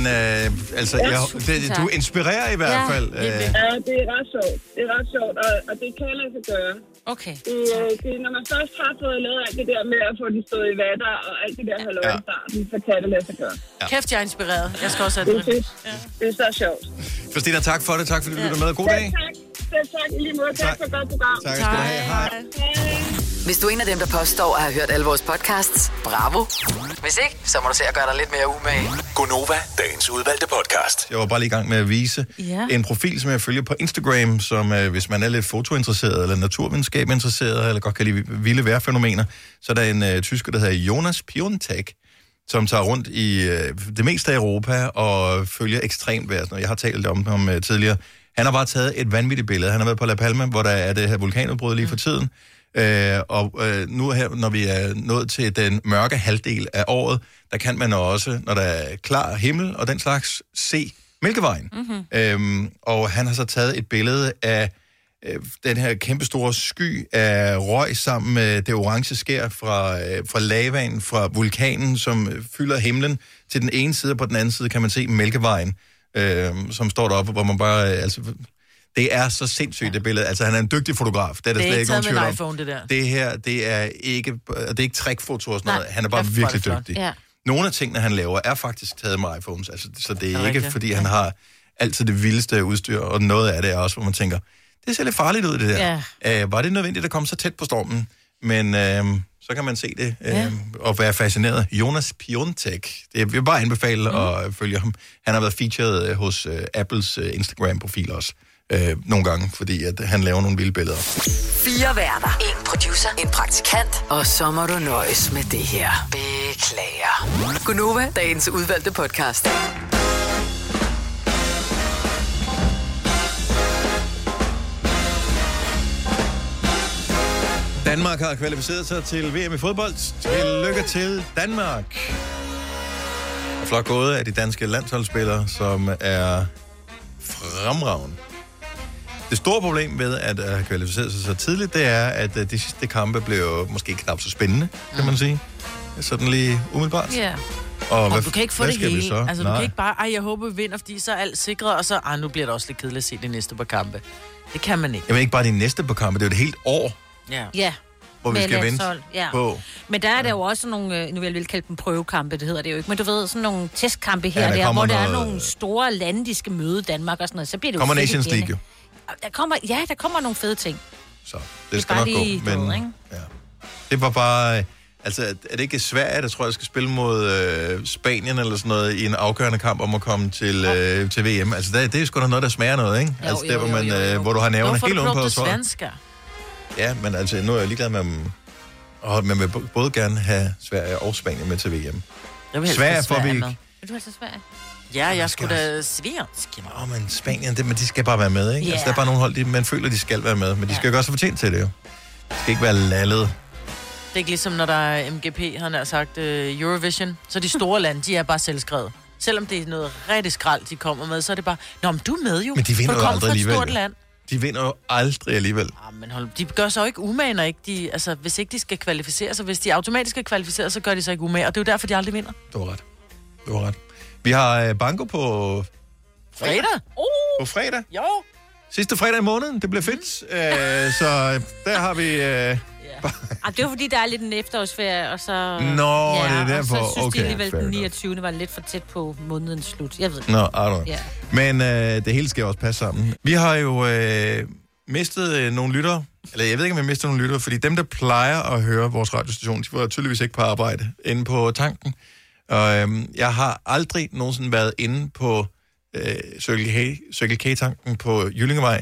Speaker 1: du inspirerer i hvert fald.
Speaker 10: Ja, det er ret sjovt. Det er ret sjovt, og det kan lade sig gøre.
Speaker 3: Okay.
Speaker 10: Det, når man først har fået lavet alt det der med at få de stået i vatter og alt det der halløj i starten, så kan det lade sig gøre.
Speaker 2: Ja. Kæft, jeg er inspireret. Jeg skal også have det.
Speaker 10: Det er så sjovt.
Speaker 1: Christina, tak for det. Tak fordi du lytter med. God dag.
Speaker 10: Selv tak. I lige måde. Tak for et godt program.
Speaker 1: Tak skal du have. Hej.
Speaker 4: Hvis du er en af dem, der påstår at have hørt alle vores podcasts, bravo. Hvis ikke, så må du se at gøre dig lidt mere umage.
Speaker 7: Gonova, dagens udvalgte podcast.
Speaker 1: Jeg var bare lige i gang med at vise en profil, som jeg følger på Instagram, som hvis man er lidt fotointeresseret, eller naturvidenskab interesseret, eller godt kan lide vilde vejrfænomener, så er der en tysker, der hedder Jonas Piontek, som tager rundt i det meste af Europa og følger ekstremt vejr. Jeg har talt om ham tidligere. Han har bare taget et vanvittigt billede. Han har været på La Palma, hvor der er det her vulkanudbrud lige for tiden. Nu her, når vi er nået til den mørke halvdel af året, der kan man også, når der er klar himmel og den slags, se Mælkevejen. Og han har så taget et billede af den her kæmpestore sky af røg sammen med det orange skær fra lavaen, fra vulkanen, som fylder himlen til den ene side, og på den anden side kan man se Mælkevejen, som står deroppe, hvor man bare... Det er så sindssygt, det billede. Altså, han er en dygtig fotograf. Det er der slet ikke nogen tvivl om.
Speaker 2: iPhone, det der.
Speaker 1: Det her, det er ikke trickfoto og sådan noget. Han er bare virkelig dygtig. Ja. Nogle af tingene, han laver, er faktisk taget med iPhones. Altså, så det er ikke, fordi han har altid det vildeste udstyr, og noget af det er også, hvor man tænker, det ser lidt farligt ud, det der. Ja. Var det nødvendigt at komme så tæt på stormen? Men så kan man se det og være fascineret. Jonas Piontek. Jeg vil bare anbefale at følge ham. Han har været featured hos Apples Instagram-profil også. Nogle gange, fordi at han laver nogle vilde billeder.
Speaker 4: 4 værter, 1 producer, 1 praktikant, og så må du nøjes med det her. Beklager. Gonova, dagens udvalgte podcast.
Speaker 1: Danmark har kvalificeret sig til VM i fodbold. Tillykke til Danmark. Og flot gået af de danske landsholdsspillere, som er fremragende. Det store problem ved at have kvalificeret sig så tidligt, det er, at de sidste kampe blev måske knap så spændende, kan man sige. Sådan lige umiddelbart.
Speaker 2: Ja.
Speaker 1: Og
Speaker 2: du kan ikke få det hele.
Speaker 1: Så?
Speaker 2: Altså, du kan ikke bare, jeg håber, vi vinder, fordi så er alt sikret, og så, nu bliver det også lidt kedeligt at se de næste par kampe. Det kan man ikke.
Speaker 1: Jamen ikke bare de næste par kampe, det er jo et helt år, hvor vi skal vente på.
Speaker 3: Men der er der jo også nogle, nu vil jeg kalde dem prøvekampe, det hedder det jo ikke, men du ved, sådan nogle testkampe her der, hvor der er nogle store lande, de skal møde Danmark og sådan noget, så bliver det jo
Speaker 1: kommer Nations League jo.
Speaker 3: Der kommer nogle fede ting.
Speaker 1: Så det skal nok gå. Men, det var bare... Altså, er det ikke Sverige, der tror jeg skal spille mod Spanien eller sådan noget i en afgørende kamp om at komme til VM? Altså, det er sgu da noget, der smager noget, ikke?
Speaker 2: Jo,
Speaker 1: altså, der hvor du har nævne helt uden på,
Speaker 2: tror jeg.
Speaker 1: Ja, men altså, nu er jeg ligeglad med dem. Og man vil både gerne have Sverige og Spanien med til VM. Sverige får vi ikke.
Speaker 3: Vil du have Sverige?
Speaker 2: Ja, jeg skulle da svensk.
Speaker 1: Men Spanien, men de skal bare være med, ikke? Yeah. Altså, der er bare nogle hold, man føler, de skal være med, men de skal jo gøre sig fortjent til det jo. De skal ikke være lallet.
Speaker 2: Det er ikke ligesom, når der er MGP, han har sagt Eurovision, så de store lande, de er bare selvskrevet. Selvom det er noget rigtig skrald, de kommer med, så er det bare, men du er med jo.
Speaker 1: Men de vinder jo aldrig alligevel.
Speaker 2: Stort land.
Speaker 1: De vinder jo aldrig alligevel.
Speaker 2: Men de gør så ikke umager, ikke? Altså, hvis ikke de skal kvalificere sig, hvis de automatisk skal kvalificere, så gør de så ikke umager, og det er jo derfor, de aldrig vinder.
Speaker 1: Du har ret. Vi har banko på
Speaker 2: fredag.
Speaker 1: På fredag?
Speaker 2: Jo.
Speaker 1: Sidste fredag i måneden, det bliver fedt. Så der har vi
Speaker 3: Det var fordi, der er lidt en efterårsferie, og så...
Speaker 1: Nå, det er derfor.
Speaker 3: Og så synes
Speaker 1: Okay,
Speaker 3: de alligevel,
Speaker 1: fair
Speaker 3: den
Speaker 1: enough.
Speaker 3: 29. var lidt for tæt på månedens slut. Jeg ved det.
Speaker 1: Nå, I don't know.
Speaker 3: Ja.
Speaker 1: Men det hele skal også passe sammen. Vi har jo mistet nogle lyttere. Eller jeg ved ikke, om vi mistet nogle lyttere, fordi dem, der plejer at høre vores radiostation, de var tydeligvis ikke på arbejde inde på tanken. Og jeg har aldrig nogensinde været inde på Circle K-tanken på Jyllingevej,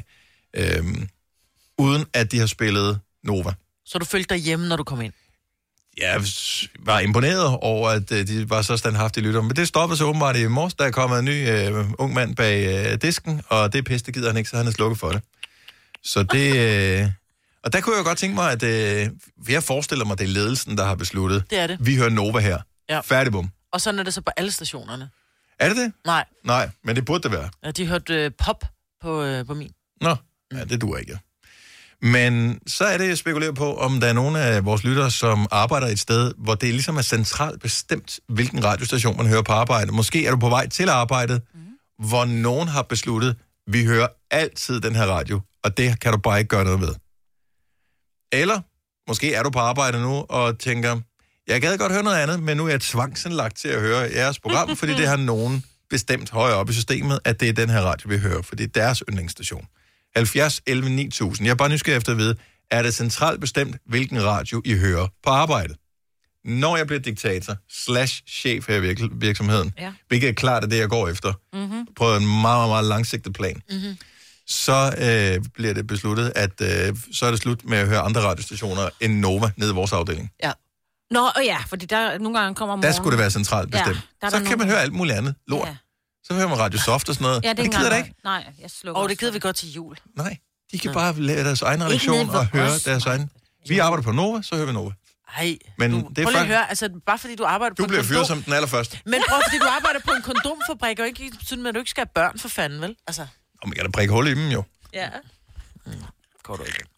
Speaker 1: uden at de har spillet Nova.
Speaker 2: Så du følte dig hjemme, når du kom ind?
Speaker 1: Jeg var imponeret over, at de var så standhaftige lyttere. Men det stoppede så åbenbart i morges, der er kommet en ny ung mand bag disken, og det pisse gider han ikke, så han er slukket for det. Så det... og der kunne jeg godt tænke mig, at jeg forestiller mig, det er ledelsen, der har besluttet.
Speaker 2: Det er det.
Speaker 1: Vi hører Nova her.
Speaker 2: Ja.
Speaker 1: Færdig bum.
Speaker 2: Og sådan er det så på alle stationerne.
Speaker 1: Er det det?
Speaker 2: Nej.
Speaker 1: Nej, men det burde det være.
Speaker 2: Ja, de hørte pop på min.
Speaker 1: Nå, ja, det duer ikke. Men så er det, jeg spekulerer på, om der er nogle af vores lyttere, som arbejder et sted, hvor det ligesom er centralt bestemt, hvilken radiostation man hører på arbejde. Måske er du på vej til arbejdet, hvor nogen har besluttet, vi hører altid den her radio, og det kan du bare ikke gøre noget ved. Eller måske er du på arbejde nu og tænker, jeg gad godt høre noget andet, men nu er jeg tvangsindlagt til at høre jeres program, fordi det har nogen bestemt højere op i systemet, at det er den her radio, vi hører, for det er deres yndlingsstation. 70 11 9000. Jeg er bare nysgerrig efter at vide, er det centralt bestemt, hvilken radio I hører på arbejde? Når jeg bliver diktator /chef her i virksomheden, hvilket er klart, at det, jeg går efter, på en meget, meget, meget langsigtet plan, så bliver det besluttet, at så er det slut med at høre andre radiostationer end Nova nede i vores afdeling.
Speaker 3: Ja. Nå, ja, fordi der nogle gange kommer morgen.
Speaker 1: Der skulle det være centralt bestemt. Ja, så kan man høre alt muligt andet lort. Ja. Så hører man Radio Soft og sådan noget.
Speaker 3: Ja, det
Speaker 1: gider da ikke.
Speaker 3: Nej, jeg slukker.
Speaker 2: Og det gider vi godt til jul.
Speaker 1: Nej, de kan bare lave deres egen redaktion og høre deres egen. Vi arbejder på Nova, så hører vi Nova.
Speaker 2: Ej,
Speaker 1: men
Speaker 2: det er prøv lige at høre, altså bare fordi du arbejder på
Speaker 1: en kondom... Du bliver fyret som den allerførste.
Speaker 2: Men prøv, fordi du arbejder på en kondomfabrik, og ikke sådan, at du ikke skal have børn for fanden, vel? Altså.
Speaker 1: Og man kan da prikke hul i dem, jo.
Speaker 2: Ja. Går du ikke.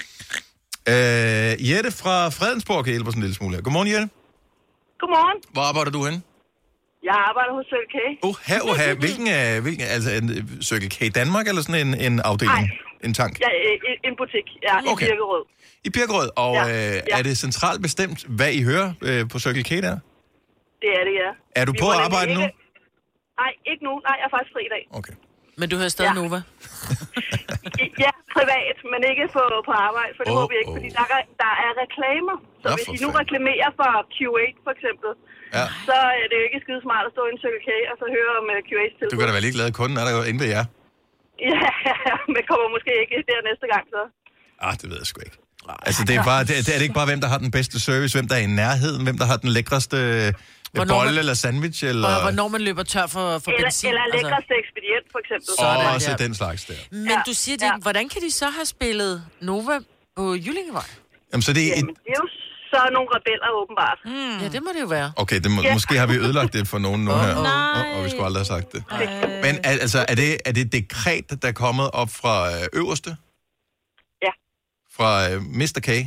Speaker 1: Jette fra Fredensborg kan hjælpe os en lille smule her. Godmorgen, Jette.
Speaker 10: Godmorgen.
Speaker 1: Hvor arbejder du henne?
Speaker 10: Jeg arbejder hos Circle K.
Speaker 1: Hvilken altså en Circle K Danmark, eller sådan en afdeling?
Speaker 10: Nej.
Speaker 1: En tank?
Speaker 10: Ja, en butik. Ja, okay. I Birkerød.
Speaker 1: I Birkerød, og er det centralt bestemt, hvad I hører på Circle K der?
Speaker 10: Det er det, ja.
Speaker 1: Er du på arbejde nu?
Speaker 10: Nej, ikke nu. Nej, jeg er faktisk fri i dag.
Speaker 1: Okay.
Speaker 2: Men du hører stadig Nova?
Speaker 10: Ja, privat, men ikke på arbejde, for det må vi ikke, fordi der er reklamer. Så hvis I nu reklamerer for Q8 for eksempel, så er det jo ikke skide smart at stå i en Circle K og så høre om Q8's tilbud.
Speaker 1: Du kan da være ligeglad, kunden er der jo inde ved jer.
Speaker 10: Ja, men kommer måske ikke der næste gang så.
Speaker 1: Det ved jeg sgu ikke. Altså, det er det ikke bare, hvem der har den bedste service, hvem der er i nærheden, hvem der har den lækreste bolle eller sandwich, eller...
Speaker 2: Hvornår man løber tør for benzin.
Speaker 10: Eller lækreste ekspedient, for eksempel.
Speaker 1: Også den slags der.
Speaker 2: Men du siger det ikke. Hvordan kan de så have spillet Nova på Jyllingevej?
Speaker 1: Jamen, så det er...
Speaker 10: Jamen, det er jo så nogle rebeller, åbenbart.
Speaker 2: Ja, det må det jo være.
Speaker 1: Okay, måske har vi ødelagt det for nogen nu her. Og vi skulle aldrig have sagt det. Men altså, er det et dekret, der er kommet op fra øverste?
Speaker 10: Ja.
Speaker 1: Fra Mr. K?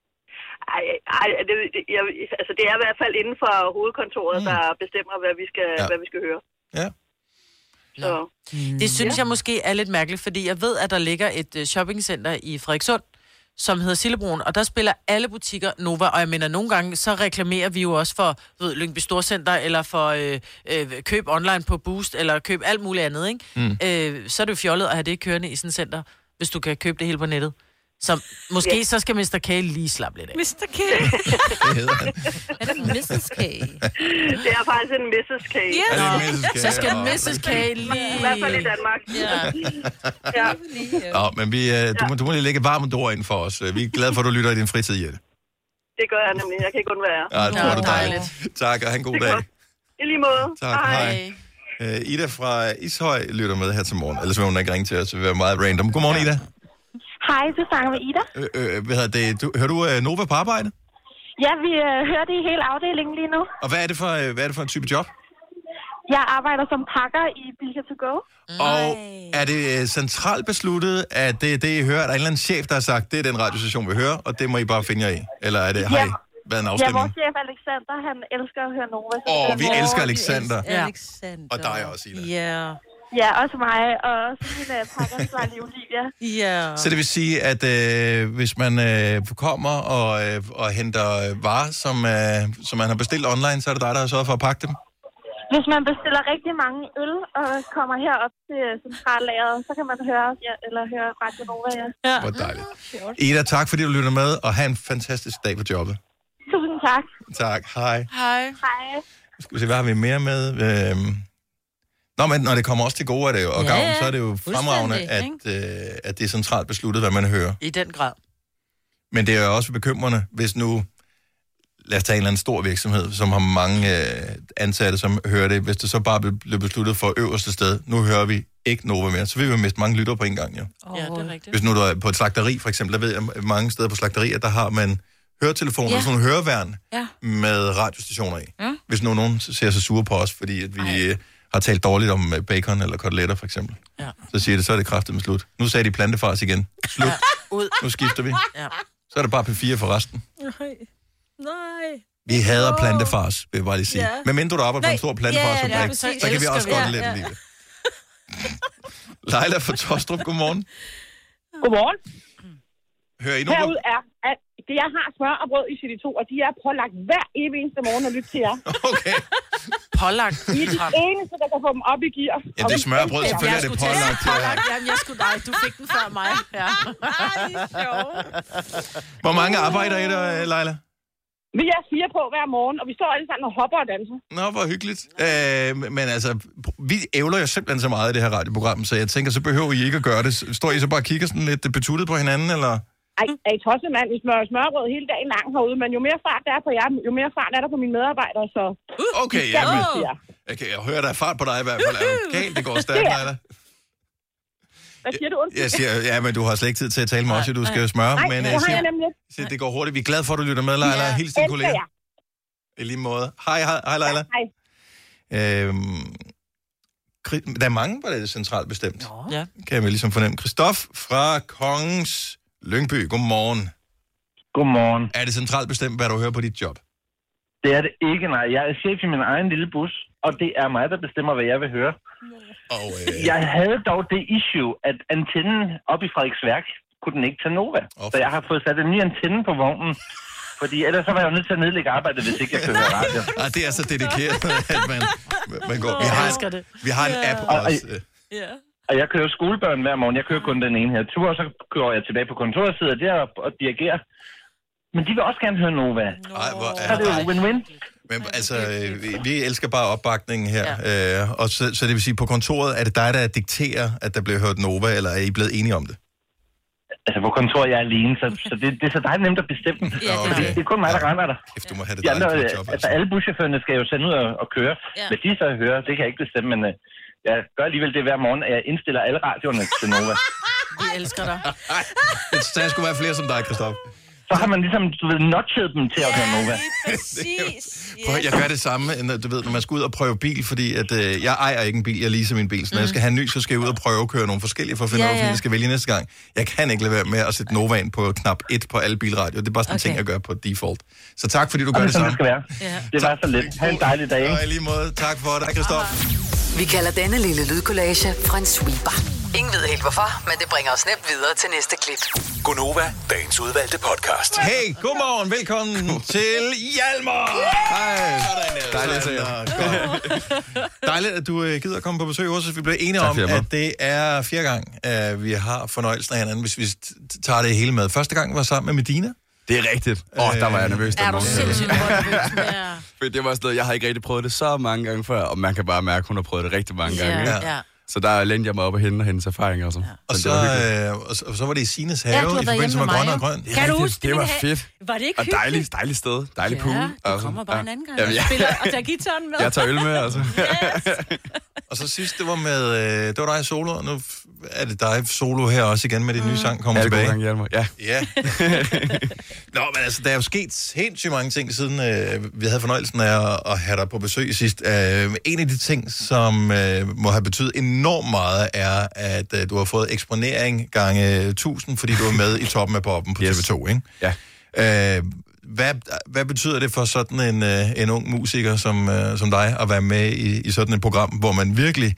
Speaker 10: Altså det er i hvert fald inden for hovedkontoret, der bestemmer, hvad vi skal høre.
Speaker 1: Ja.
Speaker 10: Så.
Speaker 2: Det synes jeg måske er lidt mærkeligt, fordi jeg ved, at der ligger et shoppingcenter i Frederikssund, som hedder Sillebroen, og der spiller alle butikker Nova, og jeg mener, nogle gange, så reklamerer vi jo også for Lyngby Storcenter, eller for køb online på Boost, eller køb alt muligt andet, ikke? Så er det jo fjollet at have det kørende i sådan et center, hvis du kan købe det hele på nettet. Så måske så skal Mr. K lige slappe lidt af.
Speaker 3: Mr. K?
Speaker 1: Det hedder han.
Speaker 3: Er det Mrs. K?
Speaker 10: Det er faktisk en Mrs. K.
Speaker 3: Yes.
Speaker 2: Så skal Mrs. K lige...
Speaker 10: I hvert fald i Danmark.
Speaker 1: Ja. Men du må lige lægge varmt ord ind for os. Vi er glade for, at du lytter i din fritid, Jette.
Speaker 10: Det gør jeg nemlig. Jeg kan ikke undvære.
Speaker 1: Ja, det tror du dejligt. Tak, og have en god dag.
Speaker 10: I lige måde.
Speaker 1: Tak, hej. Ida fra Ishøj lytter med her til morgen. Ellers vil hun ikke ringe til os. Det vil være meget random. Godmorgen, Ida.
Speaker 11: Hej, du snakker med Ida.
Speaker 1: Hører du Nova på arbejde?
Speaker 11: Ja, vi hører det i hele afdelingen lige nu.
Speaker 1: Og hvad er det for en type job?
Speaker 11: Jeg arbejder som pakker i Bilka to Go.
Speaker 1: Og er det centralt besluttet, at det er det, I hører? Er der en eller anden chef, der har sagt, det er den radiostation, vi hører, og det må I bare finde jer i? Eller har I været en afstemning?
Speaker 11: Ja, vores chef Alexander, han elsker at høre Nova.
Speaker 1: Vi elsker Alexander.
Speaker 3: Alexander.
Speaker 1: Og dig også, Ida.
Speaker 3: Ja.
Speaker 11: Ja, også mig, og også min pakkeansvarlige Olivia.
Speaker 2: Ja.
Speaker 1: Så det vil sige, at hvis man kommer og henter varer, som man har bestilt online, så er det dig, der har sørget for at pakke dem?
Speaker 11: Hvis man bestiller rigtig mange øl og kommer herop til centrallageret, så kan man høre Radio Nova, ja.
Speaker 1: Hvor dejligt. Ida, tak fordi du lytter med, og have en fantastisk dag på jobbet.
Speaker 11: Tusind tak.
Speaker 1: Tak. Hej.
Speaker 2: Hej.
Speaker 11: Hej.
Speaker 1: Skal vi se, hvad har vi mere med? Men når det kommer også til gode af det og gavn, så er det jo fremragende, at det er centralt besluttet, hvad man hører.
Speaker 2: I den grad.
Speaker 1: Men det er jo også bekymrende, hvis nu, lad os tage en eller anden stor virksomhed, som har mange ansatte, som hører det. Hvis det så bare bliver besluttet for øverste sted, nu hører vi ikke Nova mere, så vil vi miste mange lyttere på en gang, jo.
Speaker 2: Ja, det er rigtigt.
Speaker 1: Hvis nu du er på et slagteri, for eksempel, der ved jeg mange steder på slagterier, der har man høretelefoner, sådan nogle høreværn med radiostationer i. Ja. Hvis nu nogen ser sig sure på os, fordi at vi har talt dårligt om bacon eller koteletter, for eksempel. Ja. Så siger det, så er det kraftedeme slut. Nu sagde de plantefars igen. Slut.
Speaker 2: Ud.
Speaker 1: Nu skifter vi. Ja. Så er det bare P4 for resten.
Speaker 3: Nej.
Speaker 1: Vi hader plantefars, vil jeg bare lige sige. Ja. Men mindre du arbejder på en stor plantefars, så kan vi også godt lide det. Leila fra Tostrup, godmorgen.
Speaker 10: Godmorgen.
Speaker 1: Hører I nu?
Speaker 10: Herude er, at jeg har smør og brød i CD2, og de er pålagt hver evig eneste morgen at lytte til jer.
Speaker 1: Okay.
Speaker 2: Pålagt?
Speaker 10: I er de eneste, der kan få dem op i gear.
Speaker 1: Ja, det er smør og brød, selvfølgelig er det pålagt.
Speaker 2: Jamen, jeg skulle dig. Du fik den før mig. Ja.
Speaker 1: Hvor mange arbejder I der, Leila?
Speaker 10: Vi er 4 på hver morgen, og vi står alle sammen og hopper og danser.
Speaker 1: Nå, hvor hyggeligt. Men altså, vi ævler jo simpelthen så meget i det her radioprogram, så jeg tænker, så behøver I ikke at gøre det. Står I så bare og kigger sådan lidt betuttet på hinanden, eller?
Speaker 10: Ej, er I tosset, mand? Vi smører smørbrød hele dagen lang herude, men jo mere fart der er på jer, jo mere fart er der på mine medarbejdere, så...
Speaker 1: Okay, ja, men... Okay, jeg hører, der er fart på dig i hvert fald. Er du galt? Det går stærkt, Leila.
Speaker 10: Hvad siger du?
Speaker 1: Jeg siger, ja, men du har slet ikke tid til at tale med os, du skal smøre.
Speaker 10: Nej,
Speaker 1: men
Speaker 10: det har jeg nemlig.
Speaker 1: Det går hurtigt. Vi er glade for, at du lytter med, Leila. Ja, hils dine kolleger. I lige måde. Hej, Leila.
Speaker 10: Hej.
Speaker 1: Der er mange, hvor det er centralt bestemt.
Speaker 2: Ja.
Speaker 1: Kan jeg vel ligesom fornemme. Christoph fra Kongens Lyngby. Godmorgen.
Speaker 12: Godmorgen.
Speaker 1: Er det centralt bestemt, hvad du hører på dit job?
Speaker 12: Det er det ikke, nej. Jeg er chef i min egen lille bus, og det er mig, der bestemmer, hvad jeg vil høre. Jeg havde dog det issue, at antennen op i Frederiksværk kunne den ikke tage Nova. Så jeg har fået sat en ny antenne på vognen. Fordi ellers så var jeg jo nødt til at nedlægge arbejdet, hvis ikke jeg kunne høre radio.
Speaker 1: Det er så dedikeret, at man går. Vi har en app også.
Speaker 12: Og jeg kører skolebørn hver morgen. Jeg kører kun den ene her tur, og så kører jeg tilbage på kontoret, sidder der og dirigerer. Men de vil også gerne høre Nova. Så er det jo win-win.
Speaker 1: Men altså, vi elsker bare opbakningen her. Og så det vil sige, på kontoret, er det dig, der dikterer, at der bliver hørt Nova, eller er I blevet enige om det?
Speaker 12: Altså, på kontoret jeg er alene, så det er så dig nemt at bestemme. Ja, det er kun mig, der render der.
Speaker 1: Kæft, du må have det dejligt på job.
Speaker 12: Altså, alle buschaufførerne skal jo sende ud og køre. Ja. Hvis de så hører, det kan jeg ikke bestemme, men jeg gør alligevel det hver morgen, at jeg indstiller alle radioerne til Nova.
Speaker 2: Vi elsker dig.
Speaker 1: Så jeg skulle være flere som dig, Christoph.
Speaker 12: Så har man ligesom, notchet dem til at høre Nova.
Speaker 3: Præcis.
Speaker 1: Jeg gør det samme, når man skal ud og prøve bil, fordi at, jeg ejer ikke en bil, jeg leaser min bil. Så når jeg skal have en ny, så skal jeg ud og prøve at køre nogle forskellige, for at finde ud af, hvilken jeg skal vælge næste gang. Jeg kan ikke lade være med at sætte Nova ind på knap 1 på alle bilradio. Det er bare sådan en ting, jeg gør på default. Så tak, fordi du gør det samme.
Speaker 12: Det skal være. Det var så lidt. Ha' en dejlig dag, ikke?
Speaker 1: Og i lige måde, tak for det, Christoph.
Speaker 4: Vi kalder denne lille lydkollage en sweeper. Ingen ved helt hvorfor, men det bringer os nemt videre til næste klip.
Speaker 7: Gonova, dagens udvalgte podcast.
Speaker 1: Hey, godmorgen, velkommen til Hjalmar. Hej. Dejligt at se jer. Dejligt, at du gider at komme på besøg hos os. Vi blev enige om, at det er 4. gang, at vi har fornøjelsen af hinanden, hvis vi tager det hele med. Første gang var sammen med Medina.
Speaker 13: Det er rigtigt. Der var jeg nervøs.
Speaker 2: Er du sindssygt nervøs?
Speaker 13: For det var sådan noget, jeg har ikke rigtig prøvet det så mange gange før, og man kan bare mærke, at hun har prøvet det rigtig mange gange. Ja. Så der lænede jeg mig op af hende og hendes erfaringer og sådan. Ja.
Speaker 1: Og så var det i Sines have i forbindelse med Grøn og Grøn.
Speaker 3: Kan du huske
Speaker 13: det? var fedt.
Speaker 3: Var det ikke
Speaker 13: hyggeligt? Og dejligt sted. Dejlig pool.
Speaker 3: Du kommer bare en anden gang og spiller og tager gitaren med.
Speaker 13: Jeg tager øl med, altså.
Speaker 3: Yes.
Speaker 1: Og så sidst, det var dig solo, og nu er det dig solo her også igen med din nye sang kommer tilbage.
Speaker 13: God gang, Hjalmar. Ja.
Speaker 1: Nå, men altså, der er jo sket sindssygt mange ting, siden vi havde fornøjelsen af at have dig på besøg sidst. En af de ting, som må have betydet enormt meget, er, at du har fået eksponering gange 1000, fordi du er med i Toppen af Poppen på TV2, ikke?
Speaker 13: Ja.
Speaker 1: Hvad betyder det for sådan en ung musiker som dig at være med i sådan et program, hvor man virkelig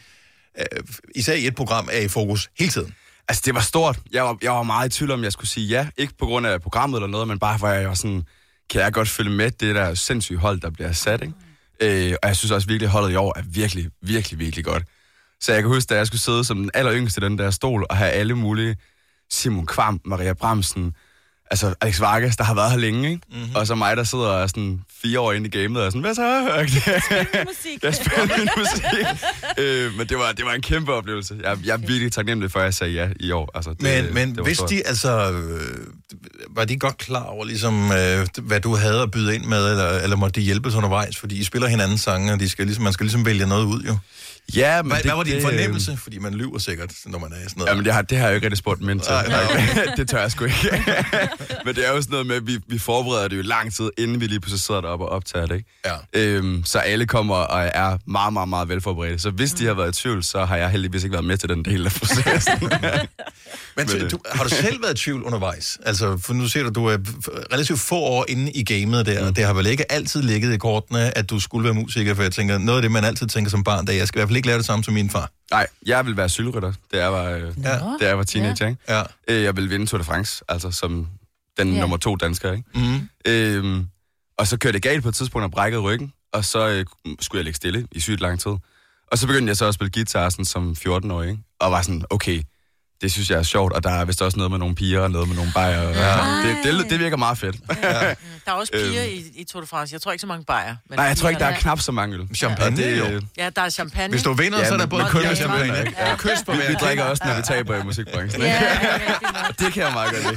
Speaker 1: især i et program, er i fokus hele tiden.
Speaker 13: Altså, det var stort. Jeg var meget i tvivl om, jeg skulle sige ja. Ikke på grund af programmet eller noget, men bare for, at jeg var sådan, kan jeg godt følge med det der sindssyge hold, der bliver sat, ikke? Og jeg synes også virkelig, at holdet i år er virkelig, virkelig, virkelig godt. Så jeg kan huske, da jeg skulle sidde som den alleryngste i den der stol, og have alle mulige Simon Kvam, Maria Bramsen, altså Alex Vargas, der har været her længe, ikke? Mm-hmm. Og så mig, der sidder og er sådan 4 år inde i gamet, og sådan, hvad så?
Speaker 3: Spændende musik.
Speaker 13: Jeg spændende musik. Men det var en kæmpe oplevelse. Jeg er virkelig taknemmelig for, at jeg sagde ja i år. Altså,
Speaker 1: men hvis de, altså, var de godt klar over, ligesom, hvad du havde at byde ind med, eller måtte de hjælpes undervejs? Fordi I spiller hinandens sange, og man skal ligesom vælge noget ud, jo.
Speaker 13: Ja, men
Speaker 1: hvad var din fornemmelse? Fordi man lyver sikkert, når man er sådan noget.
Speaker 13: Jamen, det har jeg jo ikke rigtig spurgt mænd til. Det tør jeg sgu ikke. Men det er jo sådan noget med, at vi forbereder det jo lang tid, inden vi lige pludselig sidder deroppe og optager det, ikke? Ja. Så alle kommer og er meget, meget, meget velforberedte. Så hvis de har været i tvivl, så har jeg heldigvis ikke været med til den del af processen.
Speaker 1: Men har du selv været i tvivl undervejs? Altså, for nu ser du er relativt få år inde i gamet der, og det har vel ikke altid ligget i kortene, at du skulle være musiker, for jeg tænker, noget af det, man altid tænker som barn, da jeg skal i hvert fald ikke lave det samme som min far.
Speaker 13: Nej, jeg vil være cykelrytter, da jeg var teenager, ikke?
Speaker 1: Ja.
Speaker 13: Jeg vil vinde Tour de France, altså som den nummer 2 dansker, ikke?
Speaker 1: Mm-hmm.
Speaker 13: Og så kørte det galt på et tidspunkt og brækkede ryggen, og så skulle jeg ligge stille i sygt lang tid. Og så begyndte jeg så at spille guitar sådan, som 14-årig, ikke? Og var sådan, okay, det synes jeg er sjovt, og der er vist også noget med nogle piger og noget med nogle bajer. Det virker meget fedt.
Speaker 2: Ja. Der er også piger i Tour de France. Jeg tror ikke så mange bajer.
Speaker 13: Nej, jeg tror ikke, der er knap så mange øl.
Speaker 1: Champagne,
Speaker 2: Ja, der er champagne.
Speaker 1: Hvis du vinder, så er der både kun med champagne.
Speaker 13: Ja. Kys på vi drikker også, når vi taber i musikbranchen.
Speaker 3: Ja,
Speaker 13: det kan jeg meget godt lide.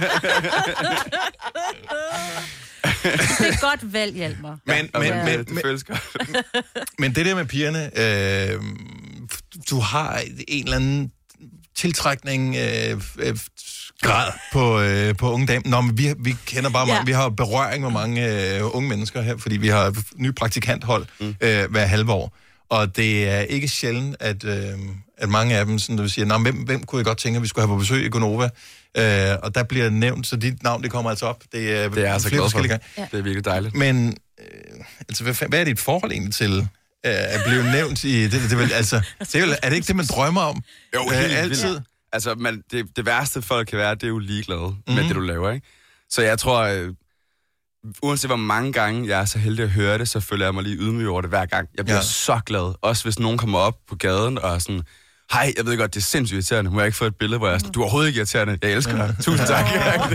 Speaker 3: Det er godt valg, Hjalmar.
Speaker 13: Det føles godt.
Speaker 1: Men det der med pigerne, du har en eller anden tiltrækning grad på unge damer. Nå, men vi kender bare mange. Vi har berøring med mange unge mennesker her, fordi vi har nye praktikanthold hver halve år. Og det er ikke sjældent, at mange af dem sådan, der siger, hvem kunne jeg godt tænke, at vi skulle have på besøg i Gonova? Og der bliver nævnt, så dit navn, det kommer altså op. Det er
Speaker 13: altså glad for. Det er virkelig dejligt.
Speaker 1: Men altså, hvad er dit forhold egentlig til at blive nævnt i det? Er det ikke det, man drømmer om?
Speaker 13: Jo, altid. Vildt. Altså, det værste folk kan være, det er jo ligeglade med det, du laver, ikke? Så jeg tror, uanset hvor mange gange jeg er så heldig at høre det, så føler jeg mig lige ydmyg over det hver gang. Jeg bliver så glad. Også hvis nogen kommer op på gaden og sådan, hej, jeg ved godt, det er sindssygt irriterende. Må jeg ikke få et billede, hvor jeg er sådan, du er overhovedet ikke irriterende. Jeg elsker dig. Tusind tak.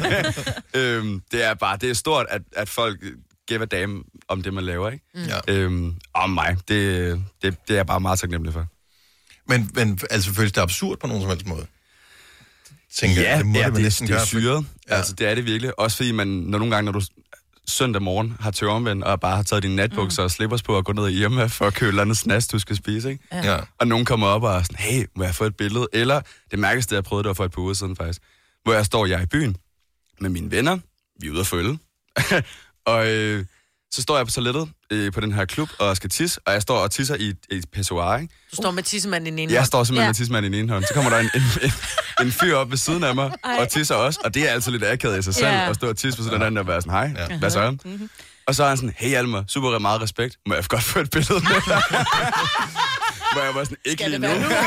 Speaker 13: Det er stort, at folk giver dame om det, man laver, ikke? Om mig. Det er jeg bare meget taknemmelig for.
Speaker 1: Men altså føles det absurd på nogen som helst måde?
Speaker 13: Tænker, det er syret. Ja. Altså, det er det virkelig. Også fordi nogle gange, når du søndag morgen har tøromvendt og bare har taget dine natbukser og slippers på og gå ned i Irma for at købe et eller andet snaps, du skal spise, ikke?
Speaker 1: Ja.
Speaker 13: Og nogen kommer op og er sådan, hey, må jeg få et billede? Eller det mærkeligste, jeg prøvede det var for et par uger siden faktisk, hvor jeg i byen med mine venner, vi er ude at få øl, og så står jeg på toilettet på den her klub og skal tisse, og jeg står og tisser i et pissoir, ikke?
Speaker 2: Du står med tissemanden i den ene hånd?
Speaker 13: Jeg står simpelthen med tissemanden i den ene hånd. Så kommer der en fyr op ved siden af mig og tisser også, og det er altså lidt akavet i sig selv at stå og tisse på sådan en anden og være sådan, hej, hvad så? Og så er han sådan, hey Hjalmar, super meget respekt, må jeg godt få et billede med dig? Hvor jeg var sådan, ikke lige nu.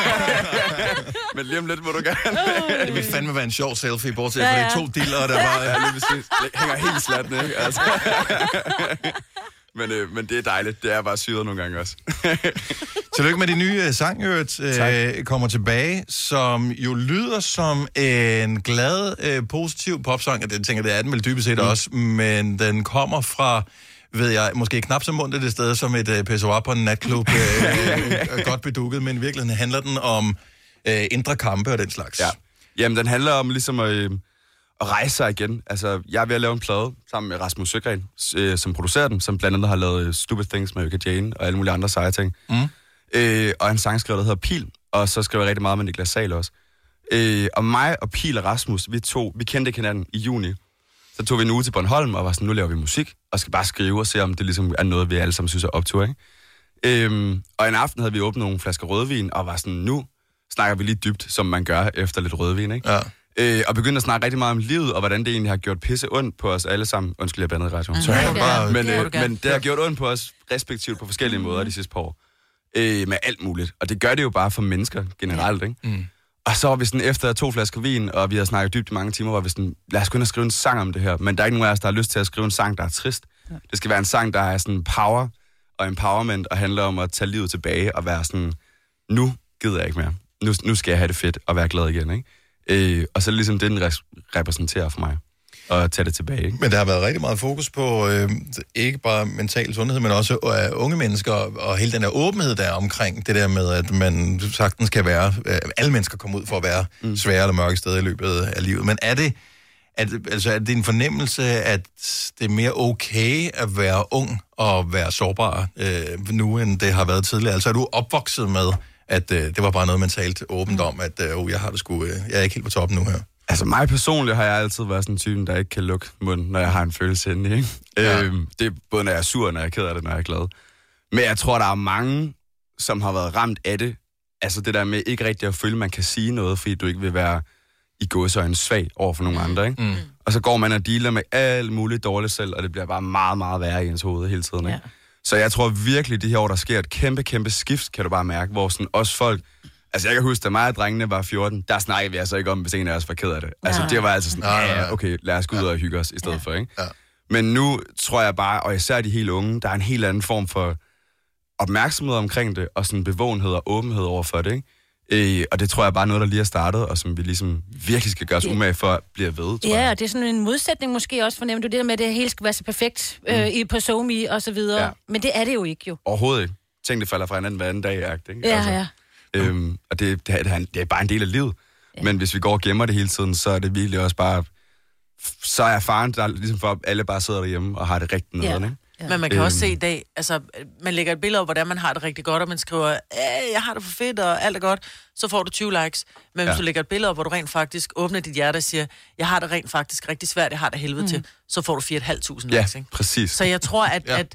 Speaker 13: Men lige om lidt må du gerne.
Speaker 1: Det vil fandme være en sjov selfie, bortset for det er 2 diller, der bare
Speaker 13: hænger helt slatne, ikke? Altså. Men det er dejligt. Det er bare syret nogle gange også.
Speaker 1: Tillykke med de nye sang, kommer tilbage, som jo lyder som en glad, positiv popsang. Jeg tænker, det er den vel dybest set også, men den kommer fra, ved jeg, måske knap så mundt det sted som et pissoir på en natklub, godt bedukket, men i virkeligheden handler den om indre kampe og den slags.
Speaker 13: Ja. Jamen, den handler om ligesom at rejse sig igen. Altså, jeg er ved at lave en plade sammen med Rasmus Søgren, som producerer den, som blandt andet har lavet Stupid Things med Erika Jane og alle mulige andre seje ting. Og en sangskriver, der hedder Pil, og så skriver jeg rigtig meget med Niklas Sahl også. Og mig og Pil og Rasmus, vi kendte ikke hinanden i juni. Så tog vi en uge til Bornholm og var sådan, nu laver vi musik, og skal bare skrive og se, om det ligesom er noget, vi alle sammen synes er optur, ikke? Og en aften havde vi åbnet nogle flasker rødvin, og var sådan, nu snakker vi lige dybt, som man gør efter lidt rødvin, ikke?
Speaker 1: Ja.
Speaker 13: Og begyndte at snakke rigtig meget om livet, og hvordan det egentlig har gjort pisse ondt på os alle sammen. Undskyld, jeg bandede i radioen.
Speaker 1: Men
Speaker 13: Men det har gjort ondt på os respektivt på forskellige måder de sidste par år. med alt muligt. Og det gør det jo bare for mennesker generelt, ikke? Mm. Og så var vi sådan, efter 2 flasker vin, og vi havde snakket dybt i mange timer, var vi sådan, lad os gå ind og skrive en sang om det her. Men der er ikke nogen af os, der har lyst til at skrive en sang, der er trist. Ja. Det skal være en sang, der er sådan power og empowerment, og handler om at tage livet tilbage og være sådan, nu gider jeg ikke mere. Nu skal jeg have det fedt og være glad igen, ikke? Og så ligesom det, den repræsenterer for mig. Og tage det tilbage, ikke?
Speaker 1: Men der har været rigtig meget fokus på ikke bare mental sundhed, men også unge mennesker, og hele den der åbenhed, der er omkring det der med, at man sagtens kan være, alle mennesker kommer ud for at være svære eller mørke steder i løbet af livet. Men er det en fornemmelse, at det er mere okay at være ung og være sårbar nu, end det har været tidligere? Altså er du opvokset med, at det var bare noget, man talte åbent om, at jeg har det sgu, jeg er ikke helt på toppen nu her?
Speaker 13: Altså mig personligt har jeg altid været sådan en typen, der ikke kan lukke munden, når jeg har en følelse inde, ikke? Ja. Det er både, når jeg er sur, når jeg er ked af det, når jeg er glad. Men jeg tror, der er mange, som har været ramt af det. Altså det der med ikke rigtig at føle, man kan sige noget, fordi du ikke vil være i gåseøjne svag over for nogle andre, ikke? Mm. Og så går man og dealer med alt muligt dårligt selv, og det bliver bare meget, meget værre i ens hoved hele tiden, ikke? Ja. Så jeg tror virkelig, de her år, der sker et kæmpe, kæmpe skift, kan du bare mærke, hvor sådan også folk... Altså, jeg kan huske, da mig og drengene var 14, der snakkede vi altså ikke om, hvis en af os var ked af det. Altså, det var altså sådan, okay, lad os gå ud og hygge os i stedet for, ikke? Ja. Men nu tror jeg bare, og især de helt unge, der er en helt anden form for opmærksomhed omkring det, og sådan bevågenhed og åbenhed over for det, ikke? Og det tror jeg bare er noget, der lige er startet, og som vi ligesom virkelig skal gøre os umage for at blive ved, tror jeg.
Speaker 3: Ja, det er sådan en modsætning måske også, fornemmer du, det der med, at det hele skal være så perfekt på SoMe og så videre. Ja. Men det er det jo ikke, jo.
Speaker 13: Overhovedet ikke. Tænk, det falder fra hinanden hver anden dag, ikke?
Speaker 3: Ja,
Speaker 13: altså.
Speaker 3: ja.
Speaker 13: Og det er bare en del af livet. Ja. Men hvis vi går og gemmer det hele tiden, så er det virkelig også bare... Så er faren, der ligesom for, at alle bare sidder derhjemme og har det rigtig noget, ikke?
Speaker 2: Ja. Men man kan også se i dag, altså, man lægger et billede op, hvordan man har det rigtig godt, og man skriver, jeg har det for fedt, og alt er godt, så får du 20 likes. Men hvis du lægger et billede op, hvor du rent faktisk åbner dit hjerte og siger, jeg har det rent faktisk rigtig svært, jeg har det helvede til, så får du 4.500 likes, ikke?
Speaker 13: Præcis.
Speaker 2: Så jeg tror,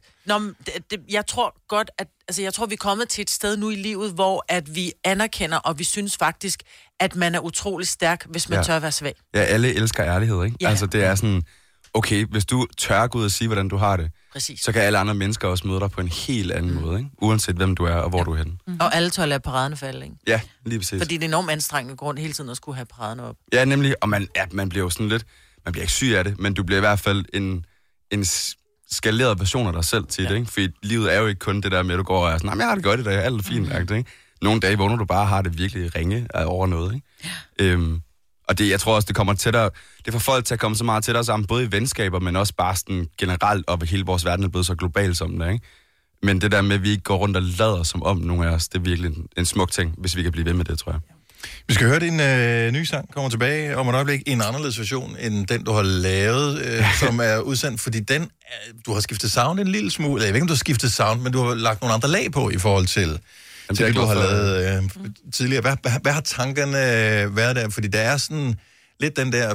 Speaker 2: jeg tror godt, at jeg tror, vi er kommet til et sted nu i livet, hvor at vi anerkender, og vi synes faktisk, at man er utrolig stærk, hvis man tør at være svag.
Speaker 13: Ja, alle elsker ærlighed, ikke? Ja. Altså, det er sådan, okay, hvis du tør gå ud og sige, hvordan du har det, så kan alle andre mennesker også møde dig på en helt anden måde, ikke? Uanset hvem du er og hvor du er henne.
Speaker 2: Og alle tør lade paraderne falde, ikke?
Speaker 13: Ja, lige præcis.
Speaker 2: Fordi det er enormt anstrengende grund hele tiden at skulle have paraderne op.
Speaker 13: Ja, nemlig, og man bliver jo sådan lidt, man bliver ikke syg af det, men du bliver i hvert fald en skaleret version af dig selv til det, ikke? Fordi livet er jo ikke kun det der med, at du går og er sådan, nej, jeg har det godt i dag, alt er fint, ikke? Nogle dage vågner du bare har det virkelig ringe over noget, ikke? Ja. Og det, jeg tror også, det kommer tættere, det får folk til at komme så meget tættere sammen, både i venskaber, men også bare sådan generelt, og hele vores verden er blevet så global som det, ikke? Men det der med, at vi ikke går rundt og lader som om nogle af os, det er virkelig en smuk ting, hvis vi kan blive ved med det, tror jeg.
Speaker 1: Vi skal høre din nye sang, kommer tilbage om et øjeblik, i en anderledes version, end den, du har lavet, som er udsendt, fordi du har skiftet sound en lille smule. Jeg ved ikke, om du har skiftet sound, men du har lagt nogle andre lag på i forhold til det, du har lavet tidligere. Hvad har tankerne været der? Fordi der er sådan lidt den der